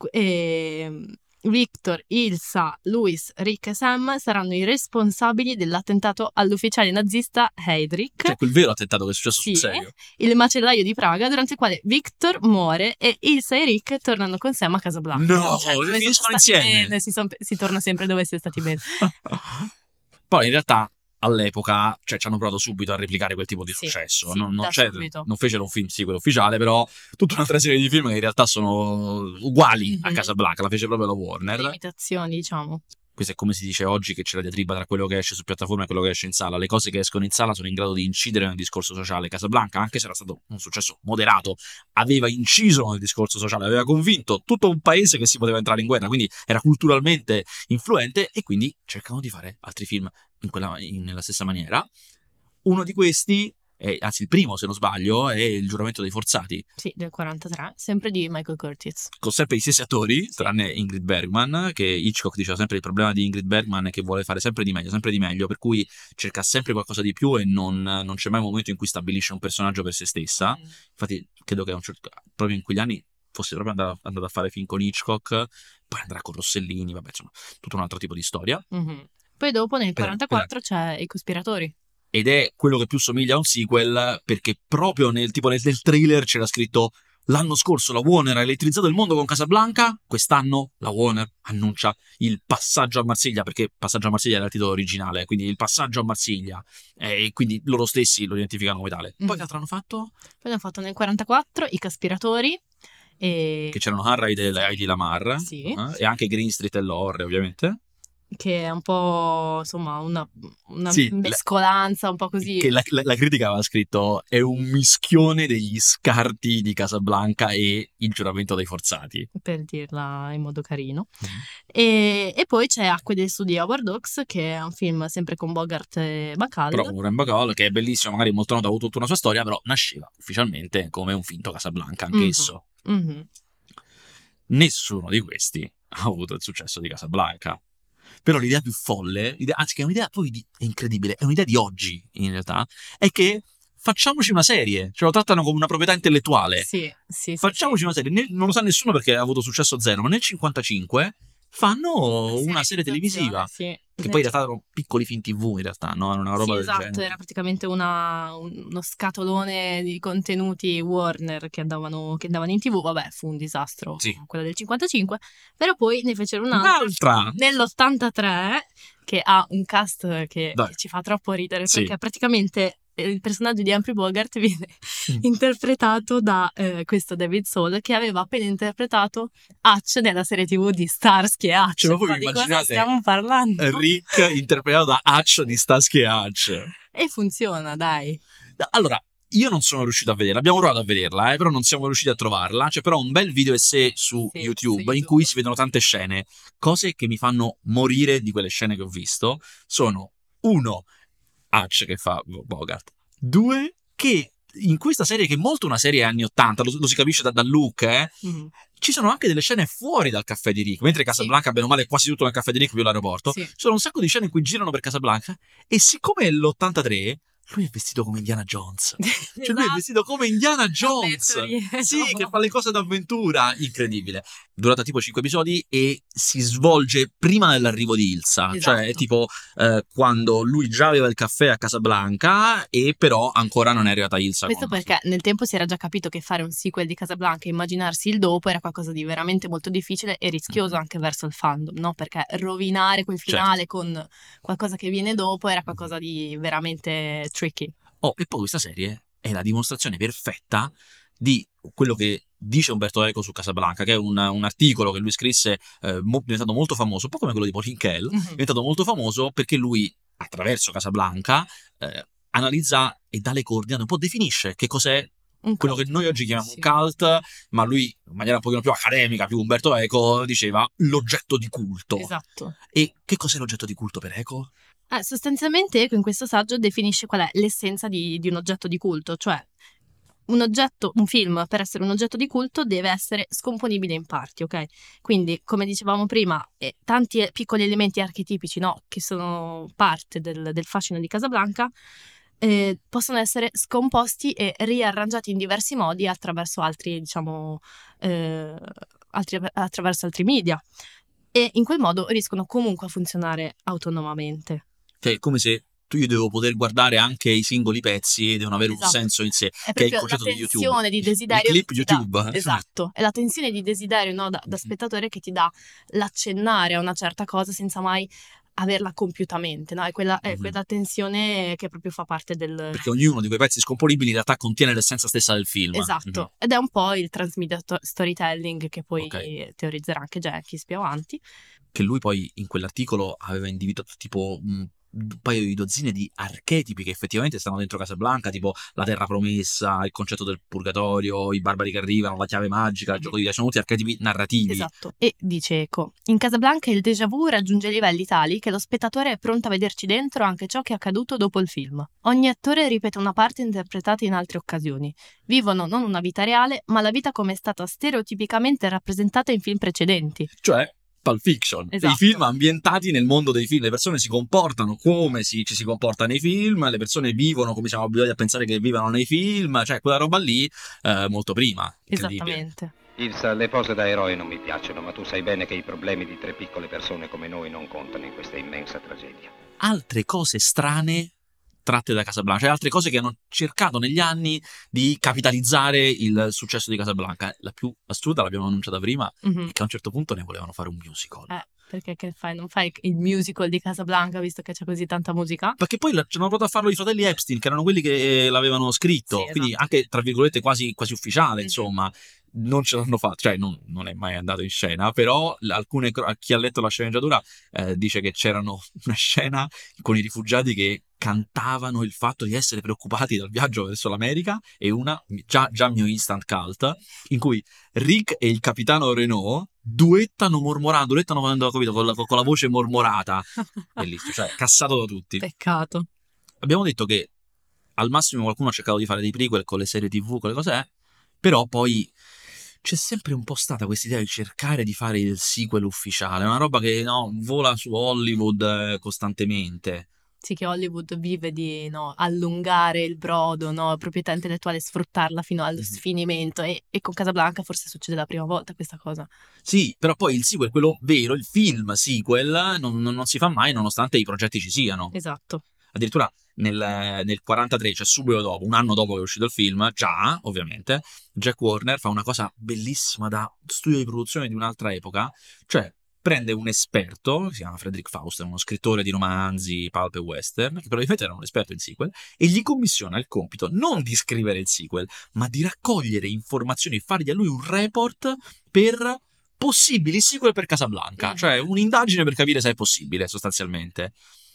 Speaker 2: Victor, Ilsa, Louis, Rick e Sam saranno i responsabili dell'attentato all'ufficiale nazista Heydrich.
Speaker 1: Cioè, quel vero attentato che è successo sul serio.
Speaker 2: Il macellaio di Praga, durante il quale Victor muore e Ilsa e Rick tornano con Sam a Casablanca.
Speaker 1: No, finiscono insieme.
Speaker 2: Si torna sempre dove si è stati bene.
Speaker 1: Poi in realtà all'epoca, cioè, ci hanno provato subito a replicare quel tipo di successo. Non fecero un film sequel ufficiale, però tutta un'altra serie di film che in realtà sono uguali a Casablanca, la fece proprio la Warner.
Speaker 2: Imitazioni, diciamo.
Speaker 1: Questo è come si dice oggi, che c'è la diatriba tra quello che esce su piattaforma e quello che esce in sala. Le cose che escono in sala sono in grado di incidere nel discorso sociale. Casablanca, anche se era stato un successo moderato, aveva inciso nel discorso sociale, aveva convinto tutto un paese che si poteva entrare in guerra, quindi era culturalmente influente e quindi cercano di fare altri film nella stessa maniera. Uno di questi, anzi il primo se non sbaglio, è Il giuramento dei forzati.
Speaker 2: Sì, del 43, sempre di Michael Curtiz.
Speaker 1: Con sempre i stessi attori, tranne Ingrid Bergman, che Hitchcock diceva sempre il problema di Ingrid Bergman è che vuole fare sempre di meglio, per cui cerca sempre qualcosa di più e non c'è mai un momento in cui stabilisce un personaggio per se stessa. Infatti credo che proprio in quegli anni fosse proprio andato a fare film con Hitchcock, poi andrà con Rossellini, vabbè, insomma, tutto un altro tipo di storia.
Speaker 2: Poi dopo nel 44 c'è I cospiratori.
Speaker 1: Ed è quello che più somiglia a un sequel, perché proprio nel trailer c'era scritto: l'anno scorso la Warner ha elettrizzato il mondo con Casablanca, quest'anno la Warner annuncia il passaggio a Marsiglia, perché passaggio a Marsiglia era il titolo originale, quindi il passaggio a Marsiglia, e quindi loro stessi lo identificano come tale. Poi che altro hanno fatto?
Speaker 2: Poi hanno fatto nel 44 I cospiratori.
Speaker 1: Che c'erano Harry e Heidi Lamar,
Speaker 2: sì.
Speaker 1: E anche Green Street e Lore, ovviamente.
Speaker 2: Che è un po', insomma, una mescolanza un po' così.
Speaker 1: Che la critica aveva scritto: è un mischione degli scarti di Casablanca e Il giuramento dei forzati,
Speaker 2: per dirla in modo carino. E poi c'è Acque del Sud di Howard Hawks, che è un film sempre con Bogart e Bacall.
Speaker 1: Però Warren Bacall, che è bellissimo, magari molto noto, ha avuto tutta una sua storia, però nasceva ufficialmente come un finto Casablanca anch'esso. Nessuno di questi ha avuto il successo di Casablanca. Però l'idea più folle, anzi che è un'idea poi è incredibile, è un'idea di oggi in realtà, è che facciamoci una serie, ce lo trattano come una proprietà intellettuale.
Speaker 2: Sì.
Speaker 1: Facciamoci una serie, non lo sa nessuno perché ha avuto successo zero, ma nel 55 fanno una serie televisiva.
Speaker 2: Sì.
Speaker 1: Che poi in realtà erano piccoli film TV, in realtà, no? Era una roba del genere.
Speaker 2: Era praticamente uno scatolone di contenuti Warner che andavano in TV. Vabbè, fu un disastro, quella del 55. Però poi ne fecero un'altra nell'83 che ha un cast che ci fa troppo ridere, perché praticamente il personaggio di Humphrey Bogart viene interpretato da questo David Soul, che aveva appena interpretato Hutch nella serie TV di Starsky e Hutch.
Speaker 1: Cioè,
Speaker 2: ma di cosa stiamo parlando?
Speaker 1: Rick interpretato da Hutch di Starsky e Hutch.
Speaker 2: E funziona, dai.
Speaker 1: Allora, io non sono riuscito a vederla, abbiamo provato a vederla, però non siamo riusciti a trovarla. C'è però un bel video essè su YouTube in cui si vedono tante scene. Cose che mi fanno morire di quelle scene che ho visto sono: uno, Hutch che fa Bogart. 2, che in questa serie, che è molto una serie anni 80, lo si capisce dal look, ci sono anche delle scene fuori dal caffè di Rick, mentre Casablanca, bene o male, è quasi tutto nel caffè di Rick più l'aeroporto.
Speaker 2: Sì.
Speaker 1: Ci sono un sacco di scene in cui girano per Casablanca, e siccome è l'83, lui è vestito come Indiana Jones. Cioè lui è vestito come Indiana Jones. Sì, che fa le cose d'avventura. Incredibile. Durata tipo 5 episodi e si svolge prima dell'arrivo di Ilsa.
Speaker 2: Esatto.
Speaker 1: Cioè è tipo quando lui già aveva il caffè a Casablanca e però ancora non è arrivata Ilsa.
Speaker 2: Questo perché nel tempo si era già capito che fare un sequel di Casablanca e immaginarsi il dopo era qualcosa di veramente molto difficile e rischioso anche verso il fandom, no? Perché rovinare quel finale con qualcosa che viene dopo era qualcosa di veramente tricky.
Speaker 1: E poi questa serie è la dimostrazione perfetta di quello che dice Umberto Eco su Casablanca, che è un articolo che lui scrisse, diventato molto famoso, un po' come quello di Pauline Kael, è diventato molto famoso perché lui, attraverso Casablanca, analizza e dà le coordinate, un po' definisce che cos'è quello che noi oggi chiamiamo un cult, ma lui, in maniera un pochino più accademica, più Umberto Eco, diceva l'oggetto di culto.
Speaker 2: Esatto.
Speaker 1: E che cos'è l'oggetto di culto per Eco?
Speaker 2: Sostanzialmente Eco in questo saggio definisce qual è l'essenza di un oggetto di culto, cioè un film per essere un oggetto di culto deve essere scomponibile in parti, ok? Quindi, come dicevamo prima, tanti piccoli elementi archetipici, no, che sono parte del fascino di Casablanca, possono essere scomposti e riarrangiati in diversi modi attraverso altri, diciamo, attraverso altri media. E in quel modo riescono comunque a funzionare autonomamente.
Speaker 1: Cioè, è come se io devo poter guardare anche i singoli pezzi e devono avere un senso in sé,
Speaker 2: è
Speaker 1: che è il
Speaker 2: proprio
Speaker 1: concetto
Speaker 2: la
Speaker 1: di YouTube.
Speaker 2: tensione di desiderio.
Speaker 1: Il clip YouTube.
Speaker 2: Esatto, è la tensione di desiderio, no, da spettatore, che ti dà l'accennare a una certa cosa senza mai averla compiutamente, no? È quella tensione che proprio fa parte del...
Speaker 1: Perché ognuno di quei pezzi scomponibili in realtà contiene l'essenza stessa del film.
Speaker 2: Esatto, ed è un po' il transmedia storytelling che poi teorizzerà anche Jenkins più avanti.
Speaker 1: Che lui poi in quell'articolo aveva individuato tipo un paio di dozzine di archetipi che effettivamente stanno dentro Casablanca, tipo la terra promessa, il concetto del purgatorio, i barbari che arrivano, la chiave magica, il gioco di vita, sono tutti archetipi narrativi.
Speaker 2: Esatto. E dice Eco, in Casablanca il déjà vu raggiunge livelli tali che lo spettatore è pronto a vederci dentro anche ciò che è accaduto dopo il film. Ogni attore ripete una parte interpretata in altre occasioni. Vivono non una vita reale, ma la vita come è stata stereotipicamente rappresentata in film precedenti.
Speaker 1: Cioè Pulp Fiction,
Speaker 2: esatto.
Speaker 1: I film ambientati nel mondo dei film, le persone si comportano come ci si comporta nei film, le persone vivono come siamo abituati a pensare che vivano nei film, cioè quella roba lì molto prima.
Speaker 2: Esattamente.
Speaker 4: Ilsa, le pose da eroe non mi piacciono, ma tu sai bene che i problemi di 3 piccole persone come noi non contano in questa immensa tragedia.
Speaker 1: Altre cose strane tratte da Casablanca, cioè altre cose che hanno cercato negli anni di capitalizzare il successo di Casablanca. La più assurda l'abbiamo annunciata prima, è che a un certo punto ne volevano fare un musical.
Speaker 2: Perché che fai? Non fai il musical di Casablanca visto che c'è così tanta musica?
Speaker 1: Perché poi ci hanno provato a farlo i fratelli Epstein, che erano quelli che l'avevano scritto,
Speaker 2: sì,
Speaker 1: quindi
Speaker 2: esatto.
Speaker 1: anche tra virgolette quasi ufficiale, insomma. Non ce l'hanno fatto, cioè non è mai andato in scena, però chi ha letto la sceneggiatura dice che c'erano una scena con i rifugiati che cantavano il fatto di essere preoccupati dal viaggio verso l'America, e una già mio instant cult in cui Rick e il capitano Renault duettano quando, capito, con la voce mormorata. Bellissimo, cioè cassato da tutti.
Speaker 2: Peccato.
Speaker 1: Abbiamo detto che al massimo qualcuno ha cercato di fare dei prequel con le serie TV, con le cose, però poi c'è sempre un po' stata questa idea di cercare di fare il sequel ufficiale, una roba che vola su Hollywood costantemente.
Speaker 2: Sì, che Hollywood vive di allungare il brodo, proprietà intellettuale, sfruttarla fino al sfinimento, e con Casablanca forse succede la prima volta questa cosa.
Speaker 1: Sì, però poi il sequel, quello vero, il film sequel, non si fa mai nonostante i progetti ci siano.
Speaker 2: Esatto.
Speaker 1: Addirittura nel 43, cioè subito dopo, un anno dopo che è uscito il film, già ovviamente, Jack Warner fa una cosa bellissima da studio di produzione di un'altra epoca, cioè prende un esperto, che si chiama Frederick Faust, uno scrittore di romanzi, pulp e western, che probabilmente era un esperto in sequel, e gli commissiona il compito non di scrivere il sequel, ma di raccogliere informazioni e fargli a lui un report per possibili sequel per Casablanca, cioè un'indagine per capire se è possibile, sostanzialmente.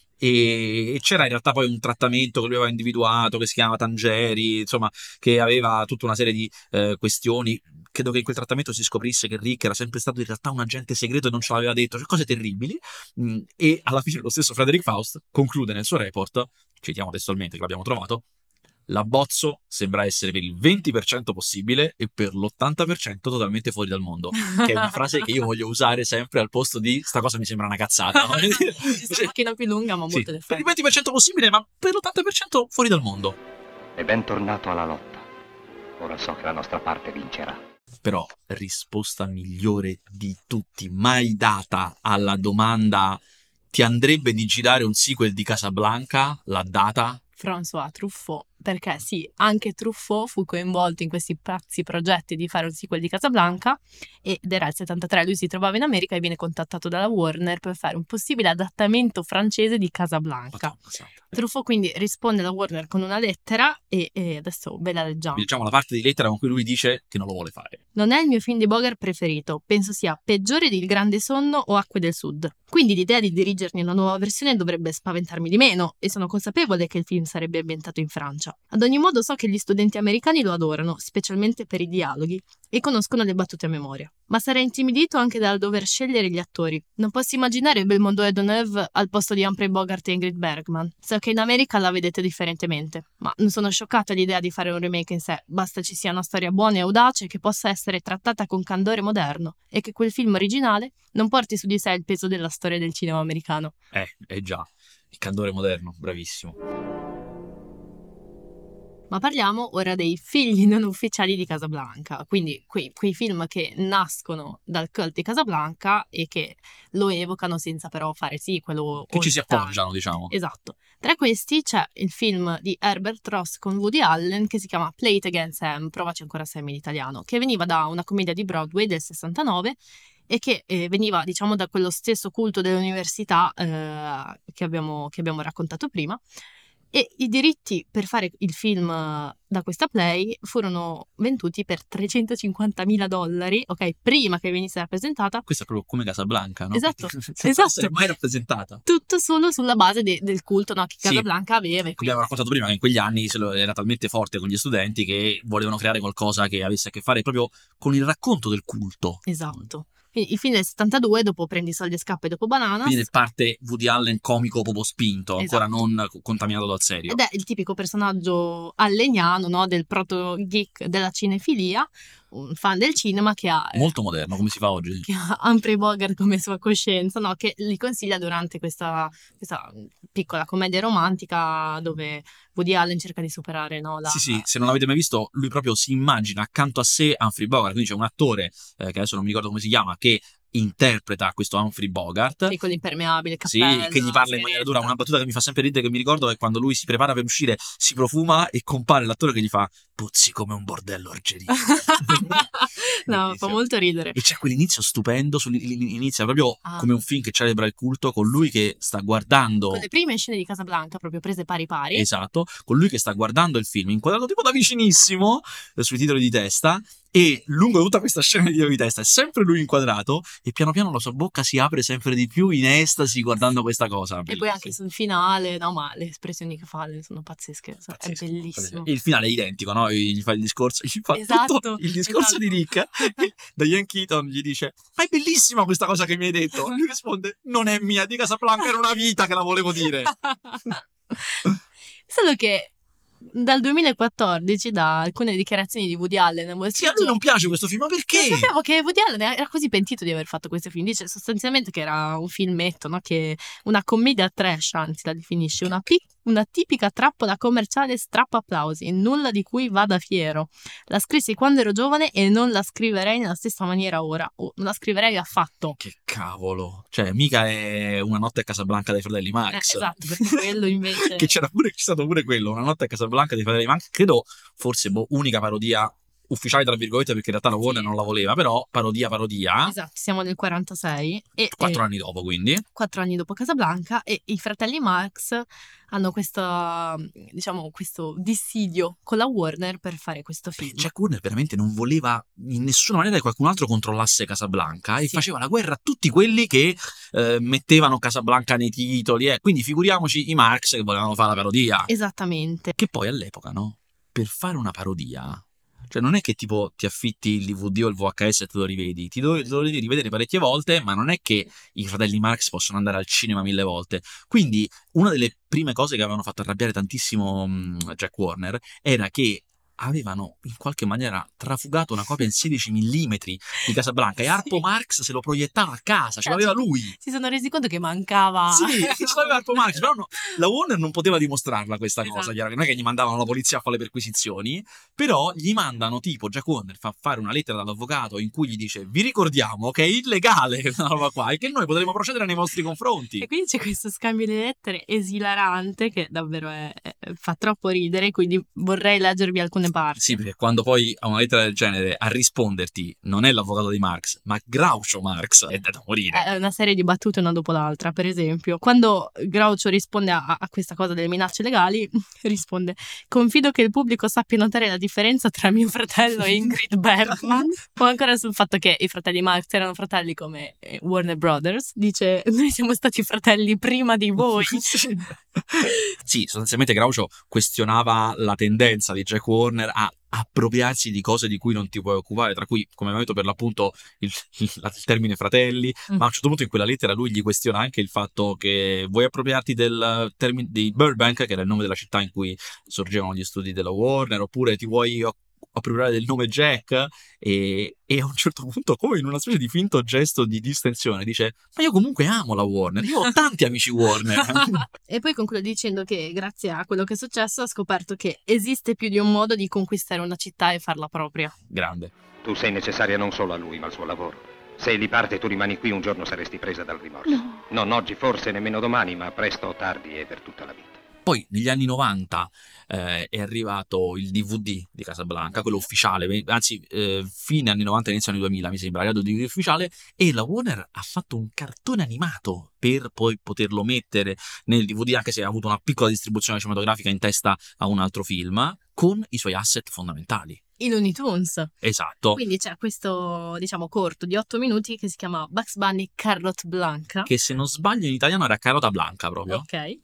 Speaker 1: E c'era in realtà poi un trattamento che lui aveva individuato che si chiama Tangeri, insomma, che aveva tutta una serie di questioni. Credo che in quel trattamento si scoprisse che Rick era sempre stato in realtà un agente segreto e non ce l'aveva detto, cioè cose terribili. E alla fine lo stesso Frederick Faust conclude nel suo report, citiamo testualmente che l'abbiamo trovato: L'abbozzo sembra essere per il 20% possibile e per l'80% totalmente fuori dal mondo, che è una frase che io voglio usare sempre al posto di sta cosa mi sembra una cazzata.
Speaker 2: È una macchina più lunga, ma
Speaker 1: Sì,
Speaker 2: molto
Speaker 1: per
Speaker 2: defetto.
Speaker 1: il 20% possibile, ma per l'80% fuori dal mondo.
Speaker 4: E bentornato alla lotta. Ora so che la nostra parte vincerà.
Speaker 1: Però risposta migliore di tutti mai data alla domanda ti andrebbe di girare un sequel di Casablanca, l'ha data?
Speaker 2: François Truffaut, perché sì, anche Truffaut fu coinvolto in questi pazzi progetti di fare un sequel di Casablanca ed era il 73, lui si trovava in America e viene contattato dalla Warner per fare un possibile adattamento francese di Casablanca.
Speaker 1: Madonna santa.
Speaker 2: Truffaut quindi risponde alla Warner con una lettera e adesso ve la leggiamo.
Speaker 1: Diciamo la parte di lettera con cui lui dice che non lo vuole fare.
Speaker 2: Non è il mio film di Bogart preferito, penso sia peggiore di Il Grande Sonno o Acque del Sud. Quindi l'idea di dirigermi una nuova versione dovrebbe spaventarmi di meno e sono consapevole che il film sarebbe ambientato in Francia. Ad ogni modo so che gli studenti americani lo adorano, specialmente per i dialoghi, e conoscono le battute a memoria. Ma sarei intimidito anche dal dover scegliere gli attori. Non posso immaginare Belmondo e Deneuve al posto di Humphrey Bogart e Ingrid Bergman. So che in America la vedete differentemente, ma non sono scioccata all'idea di fare un remake in sé. Basta ci sia una storia buona e audace che possa essere trattata con candore moderno e che quel film originale non porti su di sé il peso della storia del cinema americano.
Speaker 1: Già, il candore moderno, bravissimo.
Speaker 2: Ma parliamo ora dei figli non ufficiali di Casablanca, quindi quei film che nascono dal cult di Casablanca e che lo evocano senza però fare sequel o
Speaker 1: Che ci si
Speaker 2: imitare.
Speaker 1: appoggiano, diciamo.
Speaker 2: Esatto. Tra questi c'è il film di Herbert Ross con Woody Allen che si chiama Play It Again Sam, provaci ancora Sam in italiano, che veniva da una commedia di Broadway del 69 e che veniva, diciamo, da quello stesso culto dell'università che abbiamo raccontato prima. E i diritti per fare il film da questa play furono venduti per $350.000, ok, prima che venisse rappresentata.
Speaker 1: Questa è proprio come Casablanca, no?
Speaker 2: Esatto,
Speaker 1: Senza
Speaker 2: esatto.
Speaker 1: essere mai rappresentata.
Speaker 2: Tutto solo sulla base del culto, no, che
Speaker 1: Sì.
Speaker 2: Casablanca aveva. E quindi
Speaker 1: Abbiamo raccontato prima che in quegli anni era talmente forte con gli studenti che volevano creare qualcosa che avesse a che fare proprio con il racconto del culto.
Speaker 2: Esatto. Quindi il film del 72, dopo Prendi soldi e scappa e dopo Bananas,
Speaker 1: Quindi ne parte Woody Allen comico proprio spinto, ancora
Speaker 2: Esatto.
Speaker 1: non contaminato dal serio.
Speaker 2: ed è il tipico personaggio alleniano, no, del proto-geek della cinefilia, un fan del cinema che ha
Speaker 1: Molto moderno, come si fa oggi.
Speaker 2: che ha Humphrey Bogart come sua coscienza, no? Che li consiglia durante questa piccola commedia romantica dove Woody Allen cerca di superare, no,
Speaker 1: Sì, se non l'avete mai visto, lui proprio si immagina accanto a sé Humphrey Bogart, quindi c'è un attore, che adesso non mi ricordo come si chiama, che interpreta questo Humphrey Bogart.
Speaker 2: piccolo impermeabile,
Speaker 1: Sì,
Speaker 2: cappello,
Speaker 1: che gli parla in maniera dura. Una battuta che mi fa sempre ridere, che mi ricordo, è quando lui si prepara per uscire, si profuma e compare l'attore che gli fa "puzzi come un bordello orgeria".
Speaker 2: No, fa
Speaker 1: Bellissimo.
Speaker 2: molto ridere.
Speaker 1: E c'è quell'inizio stupendo, inizia proprio
Speaker 2: Ah.
Speaker 1: come un film che celebra il culto, con lui che sta guardando.
Speaker 2: Con le prime scene di Casablanca, proprio prese pari pari.
Speaker 1: Esatto, con lui che sta guardando il film, inquadrato tipo da vicinissimo sui titoli di testa, e lungo tutta questa scena di titoli di testa è sempre lui inquadrato e piano piano la sua bocca si apre sempre di più in estasi guardando questa cosa.
Speaker 2: E poi anche sul finale, no, ma le espressioni che fa sono pazzesche, è bellissimo.
Speaker 1: E il finale è identico, no? Gli fa il discorso,
Speaker 2: Esatto,
Speaker 1: tutto il discorso di Rick. Diane Keaton gli dice: "Ma è bellissima questa cosa che mi hai detto". E lui risponde: "Non è mia, di Casablanca, era una vita che la volevo dire".
Speaker 2: Solo che dal 2014, da alcune dichiarazioni di Woody Allen nel Wall
Speaker 1: Sì, a
Speaker 2: Street
Speaker 1: lui non piace questo film, ma perché?
Speaker 2: Non sapevo che Woody Allen era così pentito di aver fatto questo film. Dice sostanzialmente che era un filmetto, no? Che una commedia trash, anzi la definisce, una tipica trappola commerciale strappa applausi, nulla di cui vada fiero. La scrissi quando ero giovane e non la scriverei nella stessa maniera ora, o non la scriverei affatto.
Speaker 1: Che cavolo, cioè mica è Una notte a Casablanca dei fratelli Marx.
Speaker 2: Esatto, perché quello invece
Speaker 1: Che c'è stato pure quello, Una notte a Casablanca dei fratelli Marx, credo forse unica parodia ufficiale tra virgolette, perché in realtà la Warner non la voleva, però parodia.
Speaker 2: Esatto, siamo nel 46 e
Speaker 1: 4 anni dopo, quindi
Speaker 2: 4 anni dopo Casablanca, e i fratelli Marx hanno questo dissidio con la Warner per fare questo film.
Speaker 1: Jack Warner veramente non voleva in nessuna maniera che qualcun altro controllasse Casablanca e
Speaker 2: Sì.
Speaker 1: faceva la guerra a tutti quelli che mettevano Casablanca nei titoli, quindi figuriamoci i Marx che volevano fare la parodia.
Speaker 2: Esattamente.
Speaker 1: Che poi all'epoca, no? Per fare una parodia Cioè non è che tipo ti affitti il DVD o il VHS e te lo rivedi, lo devi rivedere parecchie volte, ma non è che i fratelli Marx possono andare al cinema 1000 volte. Quindi una delle prime cose che avevano fatto arrabbiare tantissimo Jack Warner era che avevano in qualche maniera trafugato una copia in 16 mm di Casablanca e Harpo Marx se lo proiettava a casa, ce l'aveva lui.
Speaker 2: Si sono resi conto che mancava.
Speaker 1: Sì, ce l'aveva Harpo Marx, però la Warner non poteva dimostrarla questa cosa, chiaro, non è che gli mandavano la polizia a fare le perquisizioni, però gli mandano tipo Jack Warner fa fare una lettera dall'avvocato in cui gli dice vi ricordiamo che è illegale questa roba qua e che noi potremo procedere nei vostri confronti.
Speaker 2: E quindi c'è questo scambio di lettere esilarante che davvero fa troppo ridere, quindi vorrei leggervi alcune parti.
Speaker 1: Sì, perché quando poi a una lettera del genere a risponderti non è l'avvocato di Marx, ma Groucho Marx, è da morire.
Speaker 2: È una serie di battute una dopo l'altra. Per esempio, quando Groucho risponde a questa cosa delle minacce legali, risponde: confido che il pubblico sappia notare la differenza tra mio fratello e Ingrid Bergman. O ancora sul fatto che i fratelli Marx erano fratelli come Warner Brothers. Dice: noi siamo stati fratelli prima di voi.
Speaker 1: Sì, sostanzialmente Groucho questionava la tendenza di Jack Warner a appropriarsi di cose di cui non ti puoi occupare, tra cui, come abbiamo detto, per l'appunto il termine fratelli, ma a un certo punto in quella lettera lui gli questiona anche il fatto che vuoi appropriarti del termine di Burbank, che era il nome della città in cui sorgevano gli studi della Warner, oppure ti vuoi appropriare del nome Jack, e a un certo punto, come in una specie di finto gesto di distensione, dice: ma io comunque amo la Warner, io ho tanti amici Warner.
Speaker 2: E poi conclude dicendo che grazie a quello che è successo ha scoperto che esiste più di un modo di conquistare una città e farla propria.
Speaker 1: Grande.
Speaker 4: Tu sei necessaria non solo a lui, ma al suo lavoro. Se egli parte e tu rimani qui, un giorno saresti presa dal rimorso.
Speaker 3: No.
Speaker 4: Non oggi, forse nemmeno domani, ma presto o tardi e per tutta la vita.
Speaker 1: Poi negli anni 90 è arrivato il DVD di Casablanca, quello ufficiale, anzi fine anni 90, inizio anni 2000 mi sembra, è arrivato il DVD ufficiale, e la Warner ha fatto un cartone animato per poi poterlo mettere nel DVD, anche se ha avuto una piccola distribuzione cinematografica in testa a un altro film, con i suoi asset fondamentali.
Speaker 2: I Looney Tunes.
Speaker 1: Esatto.
Speaker 2: Quindi c'è questo, diciamo, corto di 8 minuti che si chiama Bugs Bunny Carrot Blanca.
Speaker 1: Che se non sbaglio in italiano era Carota Blanca proprio.
Speaker 2: Ok.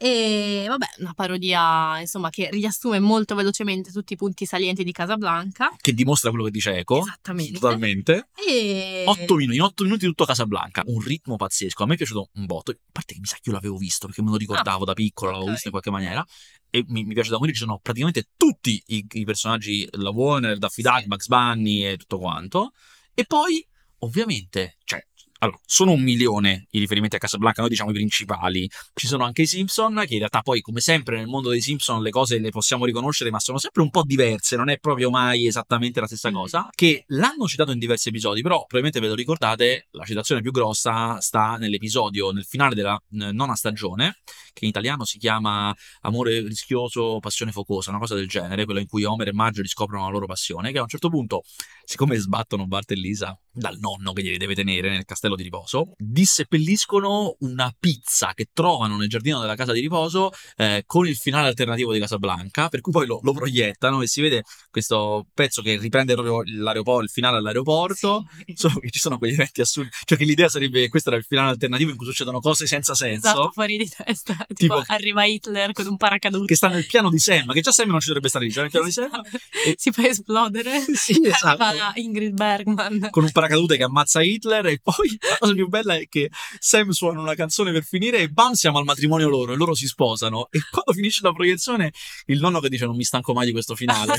Speaker 2: E vabbè, una parodia, insomma, che riassume molto velocemente tutti i punti salienti di Casablanca.
Speaker 1: Che dimostra quello che dice Eco.
Speaker 2: Esattamente.
Speaker 1: Totalmente.
Speaker 2: E...
Speaker 1: 8 minuti, in 8 minuti tutto Casablanca. Un ritmo pazzesco. A me è piaciuto un botto. A parte che mi sa che io l'avevo visto, perché me lo ricordavo da piccolo, l'avevo visto in qualche maniera. E mi piace da morire, ci sono praticamente tutti i personaggi, la Warner, Daffy Duck, Bugs Bunny e tutto quanto. E poi, ovviamente, cioè, allora, sono 1 milione i riferimenti a Casablanca, noi diciamo i principali. Ci sono anche i Simpson, che in realtà poi, come sempre nel mondo dei Simpson, le cose le possiamo riconoscere, ma sono sempre un po' diverse, non è proprio mai esattamente la stessa cosa, che l'hanno citato in diversi episodi, però probabilmente ve lo ricordate, la citazione più grossa sta nell'episodio, nel finale della 9ª stagione, che in italiano si chiama Amore rischioso, passione focosa, una cosa del genere, quello in cui Homer e Marge scoprono la loro passione, che a un certo punto, siccome sbattono Bart e Lisa dal nonno che glieli deve tenere nel castello di riposo, disseppelliscono una pizza che trovano nel giardino della casa di riposo con il finale alternativo di Casablanca, per cui poi lo proiettano e si vede questo pezzo che riprende proprio il finale all'aeroporto, sì. Solo che ci sono quegli eventi assurdi, cioè che l'idea sarebbe che questo era il finale alternativo in cui succedono cose senza senso.
Speaker 2: Esatto, fuori di testa, tipo arriva Hitler con un paracadute
Speaker 1: che sta nel piano di Sam, che già Sam non ci dovrebbe stare lì, c'è nel piano di Sam
Speaker 2: e si fa esplodere.
Speaker 1: Sì, esatto.
Speaker 2: Ingrid Bergman
Speaker 1: con un paracadute che ammazza Hitler, e poi la cosa più bella è che Sam suona una canzone per finire e bam, siamo al matrimonio loro e loro si sposano, e quando finisce la proiezione il nonno che dice non mi stanco mai di questo finale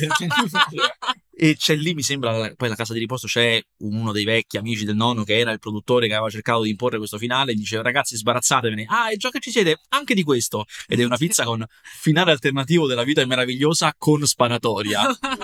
Speaker 1: e c'è lì, mi sembra, poi alla casa di riposo c'è uno dei vecchi amici del nonno che era il produttore che aveva cercato di imporre questo finale e dice ragazzi sbarazzatevene, e già che ci siete anche di questo, ed è una pizza con finale alternativo della vita è meravigliosa con sparatoria.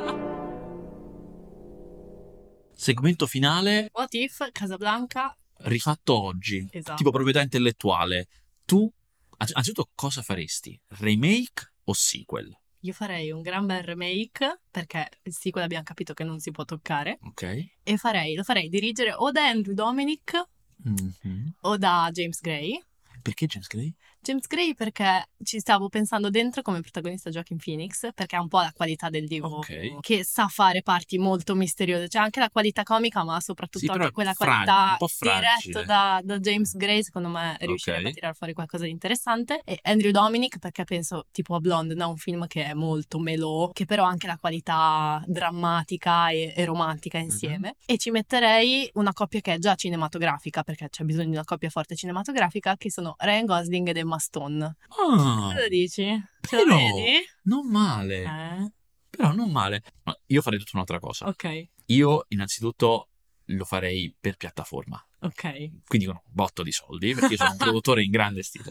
Speaker 1: Segmento finale.
Speaker 2: What if Casablanca
Speaker 1: rifatto oggi,
Speaker 2: esatto.
Speaker 1: Tipo proprietà intellettuale. Tu, anzitutto, cosa faresti? Remake o sequel?
Speaker 2: Io farei un gran bel remake, perché il sequel abbiamo capito che non si può toccare.
Speaker 1: Ok.
Speaker 2: E lo farei dirigere o da Andrew Dominik o da James Gray.
Speaker 1: Perché James Gray?
Speaker 2: James Gray perché ci stavo pensando dentro come protagonista Joaquin Phoenix, perché ha un po' la qualità del divo, che sa fare parti molto misteriose, c'è anche la qualità comica ma soprattutto anche quella qualità diretto da James Gray, secondo me riuscirebbe a tirare fuori qualcosa di interessante. E Andrew Dominik perché penso tipo a Blonde, no? Un film che è molto melò, che però ha anche la qualità drammatica e romantica insieme. E ci metterei una coppia che è già cinematografica, perché c'è bisogno di una coppia forte cinematografica, che sono Ryan Gosling ed Emma Stone. Cosa dici? Ce lo vedi?
Speaker 1: Non male. Però non male. Ma io farei tutta un'altra cosa.
Speaker 2: Ok.
Speaker 1: Io innanzitutto lo farei per piattaforma.
Speaker 2: Ok.
Speaker 1: Quindi con un botto di soldi, perché io sono un produttore in grande stile.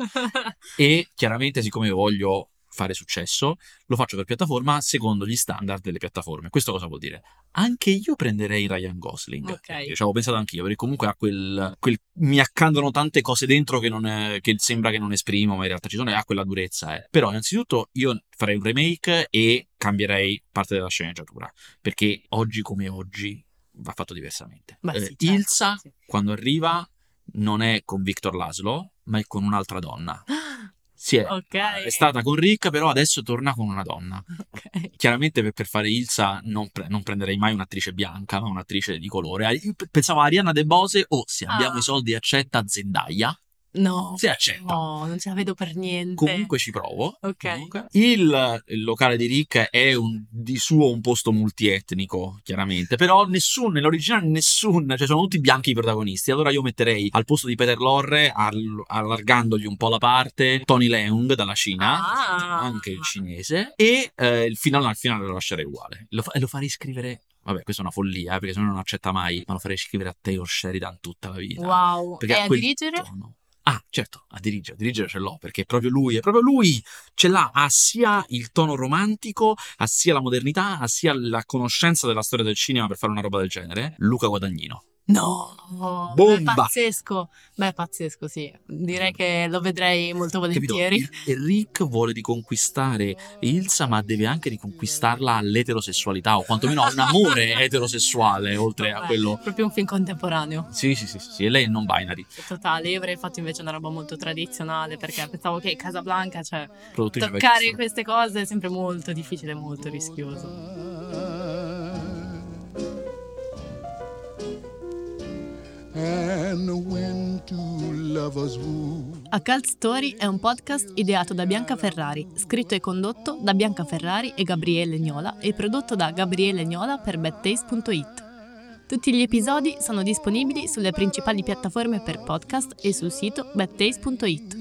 Speaker 1: E chiaramente, siccome voglio fare successo, lo faccio per piattaforma secondo gli standard delle piattaforme. Questo cosa vuol dire? Anche io prenderei Ryan Gosling.
Speaker 2: Ok.
Speaker 1: Io ci avevo pensato anch'io, perché comunque ha quel mi accandono tante cose dentro che sembra che non esprimo, ma in realtà ci sono, e ha quella durezza. Però innanzitutto io farei un remake e cambierei parte della sceneggiatura, perché oggi come oggi va fatto diversamente.
Speaker 2: Beh, sì, certo,
Speaker 1: Ilsa,
Speaker 2: sì.
Speaker 1: quando arriva, non è con Victor Laszlo, ma è con un'altra donna. Sì, è stata con Rick, però adesso torna con una donna.
Speaker 2: Okay.
Speaker 1: Chiaramente per fare Ilsa non prenderei mai un'attrice bianca, ma un'attrice di colore. Pensavo a Ariana DeBose o se abbiamo i soldi accetta Zendaya.
Speaker 2: No,
Speaker 1: si accetta.
Speaker 2: No, non ce la vedo per niente.
Speaker 1: Comunque ci provo.
Speaker 2: Ok.
Speaker 1: Comunque. Il locale di Rick è di suo un posto multietnico, chiaramente, però nell'originale nessun, cioè sono tutti bianchi i protagonisti. Allora io metterei al posto di Peter Lorre, allargandogli un po' la parte, Tony Leung dalla Cina, anche il cinese, e il finale al finale lo lascerei uguale. Lo farei scrivere. Vabbè, questa è una follia, perché se no non accetta mai, ma lo farei scrivere a Taylor Sheridan tutta la vita.
Speaker 2: Wow,
Speaker 1: perché
Speaker 2: e a dirigere?
Speaker 1: Certo, a dirigere ce l'ho, perché è proprio lui, ce l'ha, ha sia il tono romantico, ha sia la modernità, ha sia la conoscenza della storia del cinema per fare una roba del genere. Luca Guadagnino.
Speaker 2: No,
Speaker 1: bomba!
Speaker 2: Pazzesco, sì. Direi che lo vedrei molto volentieri.
Speaker 1: E Rick vuole riconquistare Ilsa, ma deve anche riconquistarla all'eterosessualità, o quantomeno a un amore eterosessuale, oltre a quello.
Speaker 2: Proprio un film contemporaneo.
Speaker 1: Sì, e lei è non binary.
Speaker 2: Totale, io avrei fatto invece una roba molto tradizionale, perché pensavo che Casablanca, cioè,
Speaker 1: Produttrice
Speaker 2: toccare
Speaker 1: vecchissima.
Speaker 2: queste cose è sempre molto difficile, molto rischioso. A Cult Story è un podcast ideato da Bianca Ferrari, scritto e condotto da Bianca Ferrari e Gabriele Gnola e prodotto da Gabriele Gnola per badtaste.it. Tutti gli episodi sono disponibili sulle principali piattaforme per podcast e sul sito badtaste.it.